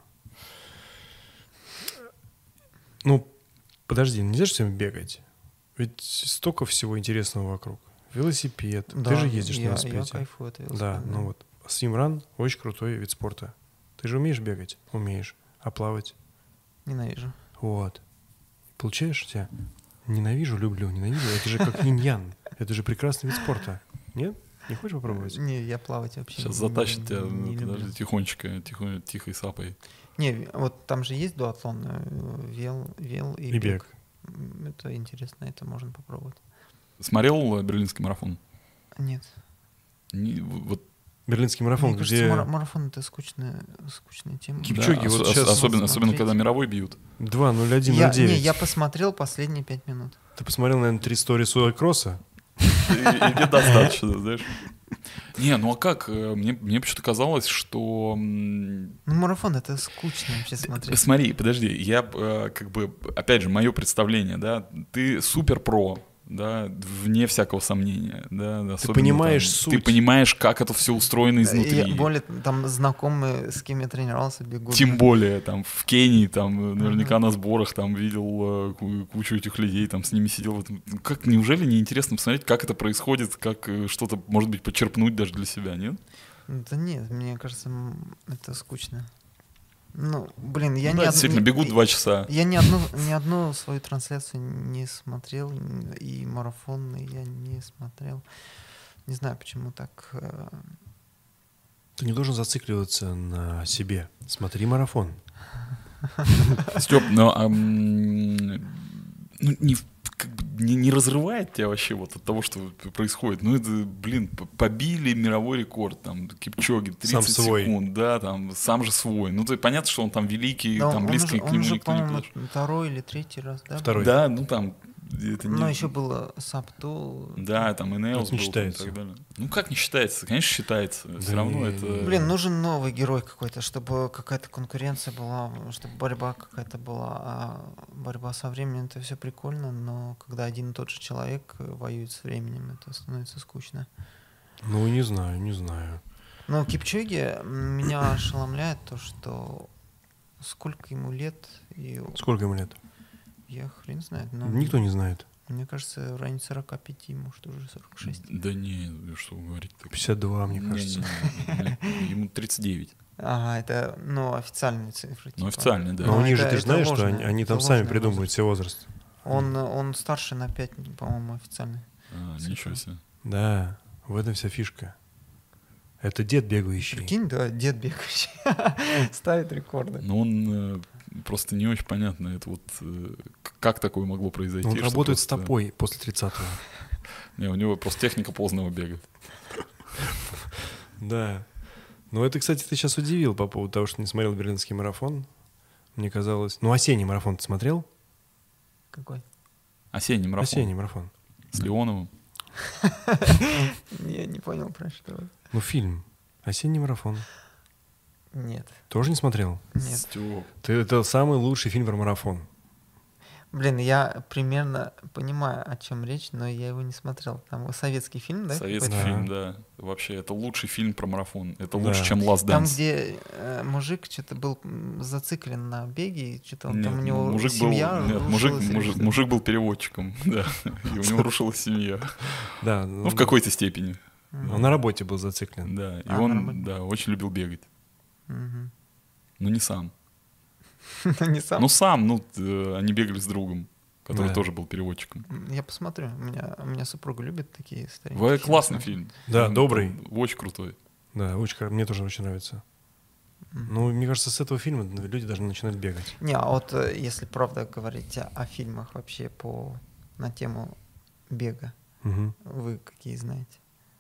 Ну, подожди, нельзя же всем бегать? Ведь столько всего интересного вокруг. Велосипед. Да, ты же ездишь на я велосипеде. кайфую от велосипеда. Да, ну вот. Свимран — очень крутой вид спорта. Ты же умеешь бегать? Умеешь. А плавать? Ненавижу. Вот. Получаешь у тебя? Ненавижу, люблю, ненавижу. Это же как инь-ян. Это же прекрасный вид спорта. Нет? Не хочешь попробовать? Не, я плавать вообще Сейчас затащит тебя, не люблю. подожди, тихонечко, тихой сапой. Не, вот там же есть дуатлон, вел и бег. Это интересно, это можно попробовать. Смотрел Берлинский марафон? Нет. Вот Берлинский марафон, Мне кажется, где марафон — это скучная тема. Кипчоги, вот сейчас особенно когда мировой бьют. 2:01:09. Я посмотрел последние 5 минут. Ты посмотрел, наверное, 3 сторис кросса? И недостаточно, знаешь. Не, ну а как? Мне почему-то казалось, что... Ну, марафон — это скучно вообще смотреть. Смотри, подожди, я как бы, опять же, мое представление, да, ты супер-про, да, вне всякого сомнения, да, ты понимаешь суть. Ты понимаешь, как это все устроено изнутри. Более там знакомые, с кем я тренировался, бегут. Тем более, там, в Кении, там, наверняка на сборах, там, видел кучу этих людей, там, с ними сидел. Как, неужели не интересно посмотреть, как это происходит, как что-то, может быть, почерпнуть даже для себя, нет? Да нет, мне кажется, это скучно. Ну, блин, я действительно, бегут 2 часа. Я ни одну свою трансляцию не смотрел, и марафонный я не смотрел. Не знаю, почему так. Ты не должен зацикливаться на себе. Смотри марафон. Степ, не разрывает тебя вообще вот от того, что происходит. Ну, это, блин, побили мировой рекорд, там, Кипчоги, 30 секунд, да, там, сам же свой. Ну, то понятно, что он там великий, Да, там, близко к нему же, никто не по-моему, подошел. второй или третий раз, да? Второй. Да, ну, там... Это Но еще было Сапту. Да, там Энеос не был считается. и так далее. Ну как не считается? Конечно, считается. Все Да равно не- это... Блин, нужен новый герой какой-то, чтобы какая-то конкуренция была, чтобы борьба какая-то была. А борьба со временем — это все прикольно, но когда один и тот же человек воюет с временем, это становится скучно. Ну, не знаю. Но Кипчоги меня ошеломляет то, что сколько ему лет, и Сколько ему лет? я хрен знает. Но Никто не знает. мне кажется, в районе 45, может, уже 46. Да не, что вы говорите. 52, мне кажется. Ему 39. Ага, это, ну, официальные цифры. Ну, типа. официальный, да. Но у них же, это- ты это знаешь, что ложное, они там это сами ложный придумывают возраст. себе возраст. Он старше на 5, по-моему, официальный. Ничего себе. Да, в этом вся фишка. Это дед бегающий. Прикинь, да, дед бегающий ставит рекорды. Но он просто не очень понятно, это вот как такое могло произойти. Он что работает просто- стопой после 30-го. Не, у него просто техника позднего бега. Да. Ну, это, кстати, ты сейчас удивил по поводу того, что не смотрел Берлинский марафон. Мне казалось... Ну, осенний марафон ты смотрел? Какой? Осенний марафон. Осенний марафон. С Леоновым. Я не понял, про что. Ну, фильм. Осенний марафон. Нет, Тоже не смотрел? нет. Стёп. Это самый лучший фильм про марафон. Блин, я примерно понимаю, о чем речь, но я его не смотрел. Там советский фильм, да? Советский Да. фильм, да. Вообще, это лучший фильм про марафон. Это Да. лучше, чем Last Там, Dance. где мужик что-то был зациклен на беге, и что-то он там у Нет, него мужик семья был, нет, мужик, рушилась или что-то. мужик был переводчиком, да, и у него рушилась семья. Да. Ну, в какой-то степени, Он на работе был зациклен. да. И А, на он, работе. да, очень любил бегать. Мгм. Но не сам. Не сам. Ну, сам, ну, они бегали с другом, который Да. тоже был переводчиком. Я посмотрю. У меня супруга любит такие старенькие Классный фильмы. фильм. Да, Он добрый. Очень крутой. Да, мне тоже очень нравится. Ну, мне кажется, с этого фильма люди должны начинать бегать. Не, а вот если правда говорить о фильмах вообще на тему бега, Мгм. вы какие знаете?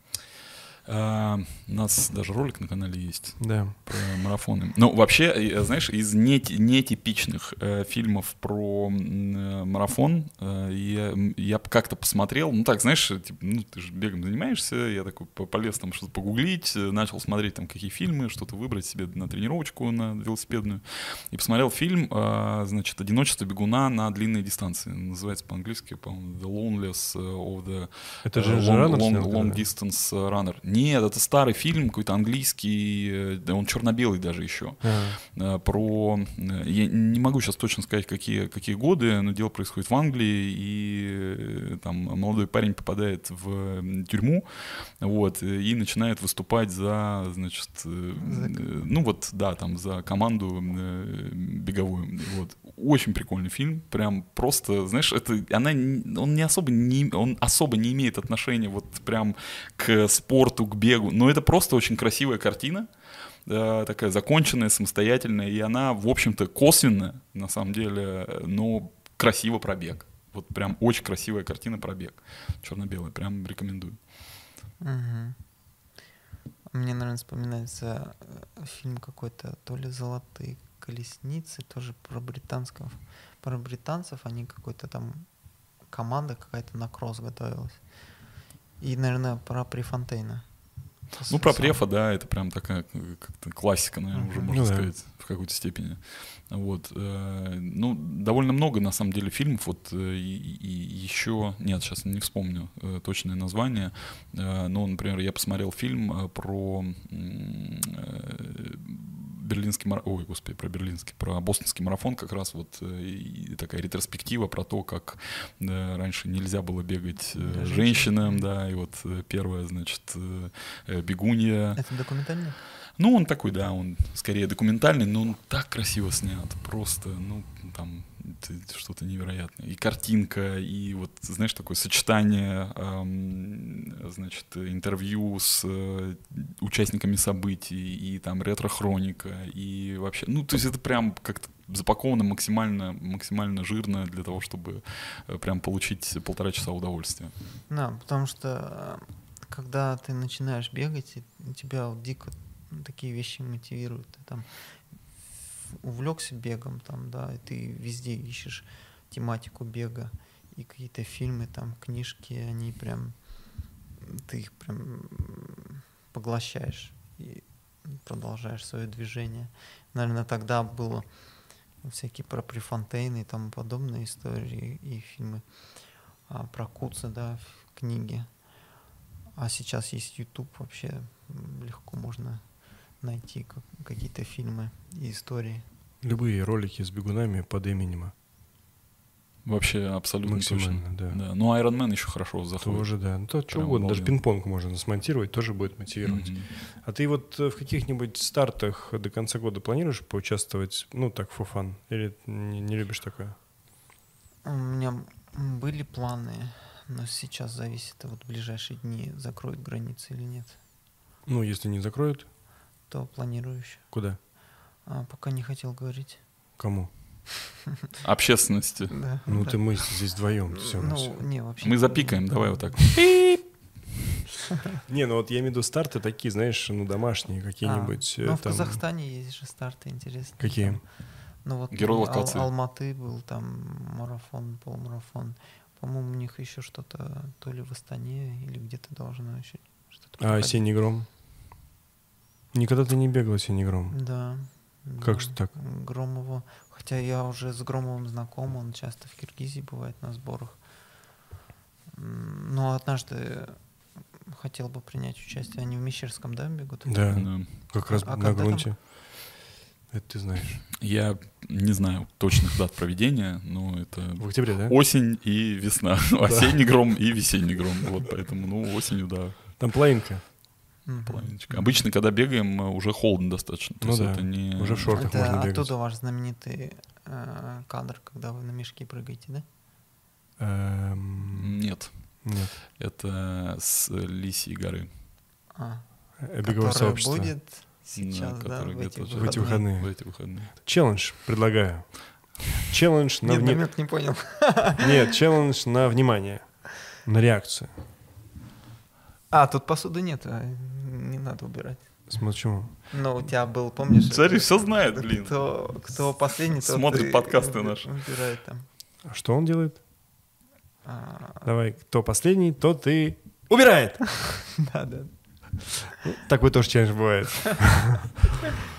У нас даже ролик на канале есть Да. про марафоны. Ну, вообще, знаешь, из нетипичных фильмов про марафон я как-то посмотрел, ну так, знаешь, типа, ну ты же бегом занимаешься, я такой полез там что-то погуглить, начал смотреть там какие фильмы, что-то выбрать себе на тренировочку на велосипедную, и посмотрел фильм, значит, «Одиночество бегуна на длинной дистанции». Называется по-английски, по-моему, «The Loneliness of the Это же Раннер снял, long да? Distance Runner». Нет, это старый фильм, какой-то английский, да, он черно-белый даже еще. Про... Я не могу сейчас точно сказать, какие годы, но дело происходит в Англии, и там молодой парень попадает в тюрьму, вот, и начинает выступать за, значит, ну вот, да, там, за команду беговую. Вот. Очень прикольный фильм, прям просто, знаешь, он особо не имеет отношения вот прям к спорту, к бегу, но это просто очень красивая картина, такая законченная, самостоятельная, и она, в общем-то, косвенная, на самом деле, но красиво про бег. Вот прям очень красивая картина про бег. Черно-белая, прям рекомендую. Мгм. Мне, наверное, вспоминается фильм какой-то, то ли «Золотые колесницы», тоже про британцев. Про британцев, они какой-то там, команда какая-то на кросс готовилась. И, наверное, про Префонтейна. Ну, про Префа, да, это прям такая как-то классика, наверное, уже можно Ну да. сказать, в какой-то степени. Вот. Ну, довольно много, на самом деле, фильмов. Вот и еще... Нет, сейчас не вспомню точное название. Но, например, я посмотрел фильм про про бостонский марафон, как раз вот и такая ретроспектива про то, как раньше нельзя было бегать женщинам, да, и вот первая, значит, бегунья. Это документальный? Ну, он такой, да, он скорее документальный, но он так красиво снят, просто, ну, там, что-то невероятное. И картинка, и вот, знаешь, такое сочетание, значит, интервью с участниками событий, и там ретро-хроника, и вообще, ну, то есть это прям как-то запаковано максимально жирно для того, чтобы прям получить 1,5 часа удовольствия. Да, потому что когда ты начинаешь бегать, тебя вот дико такие вещи мотивируют. Ты там увлекся бегом, там, да, и ты везде ищешь тематику бега, и какие-то фильмы, там, книжки, они прям, ты их прям поглощаешь и продолжаешь свое движение. Наверное, тогда было всякие про Префонтейна и тому подобные истории и фильмы, про Куца, да, книги. А сейчас есть YouTube, вообще легко можно найти какие-то фильмы и истории. Любые ролики с бегунами под Эминема. Вообще абсолютно Максимально, точно. да. Да. Ну, Iron Man еще хорошо заходит. Тоже, да. Ну, то, что Прям угодно. Даже обалденно. пинг-понг можно смонтировать, тоже будет мотивировать. А ты вот в каких-нибудь стартах до конца года планируешь поучаствовать, ну, так, for fun? Или не любишь такое? У меня были планы, но сейчас зависит, вот в ближайшие дни закроют границы или нет. Ну, если не закроют, То планирую еще. куда? Пока не хотел говорить. Кому? Общественности. Да, Ну, да. мы здесь вдвоем. Все, Ну, не, вообще. Мы запикаем, давай вот так. Не, ну вот я имею в виду старты такие, знаешь, ну, домашние какие-нибудь. Ну, в там... Казахстане есть же старты интересные. Какие? Там, ну, вот Герой локации. Алматы был, там марафон, полумарафон. По-моему, у них еще что-то то ли в Астане или где-то должно еще что-то А проходить. осенний гром? Никогда ты не бегал осенний гром? Да. Как да. же так? Громову. Хотя я уже с Громовым знаком, он часто в Киргизии бывает на сборах. Но однажды хотел бы принять участие. Они в Мещерском, да, бегут? Да, Да. как раз А на когда грунте. Это ты знаешь. Я не знаю точных дат проведения, но это В октябре, да? осень и весна. Осенний гром и весенний гром. Вот поэтому, ну, осенью, да, Там половинка. Мгм. половиночка. Обычно, когда бегаем, уже холодно достаточно. То Ну есть да, это не... уже в шортах Это можно бегать. оттуда ваш знаменитый кадр, когда вы на мешке прыгаете, да? Нет, Нет. это с Лисьей горы. Беговое Которое сообщество. будет сейчас, да, которое в эти где-то В эти выходные. выходные. В эти выходные. Челлендж предлагаю. Челлендж на Нет, внимание. намек не понял. Нет, челлендж на внимание. На реакцию. Тут посуды нет, не надо убирать. Почему? Но у тебя был, помнишь? Смотри, это- все знает, блин. Кто последний, тот Смотрит и подкасты наши. убирает там. А что он делает? А, Давай, кто последний, тот и убирает. Да. Такой тоже челлендж бывает.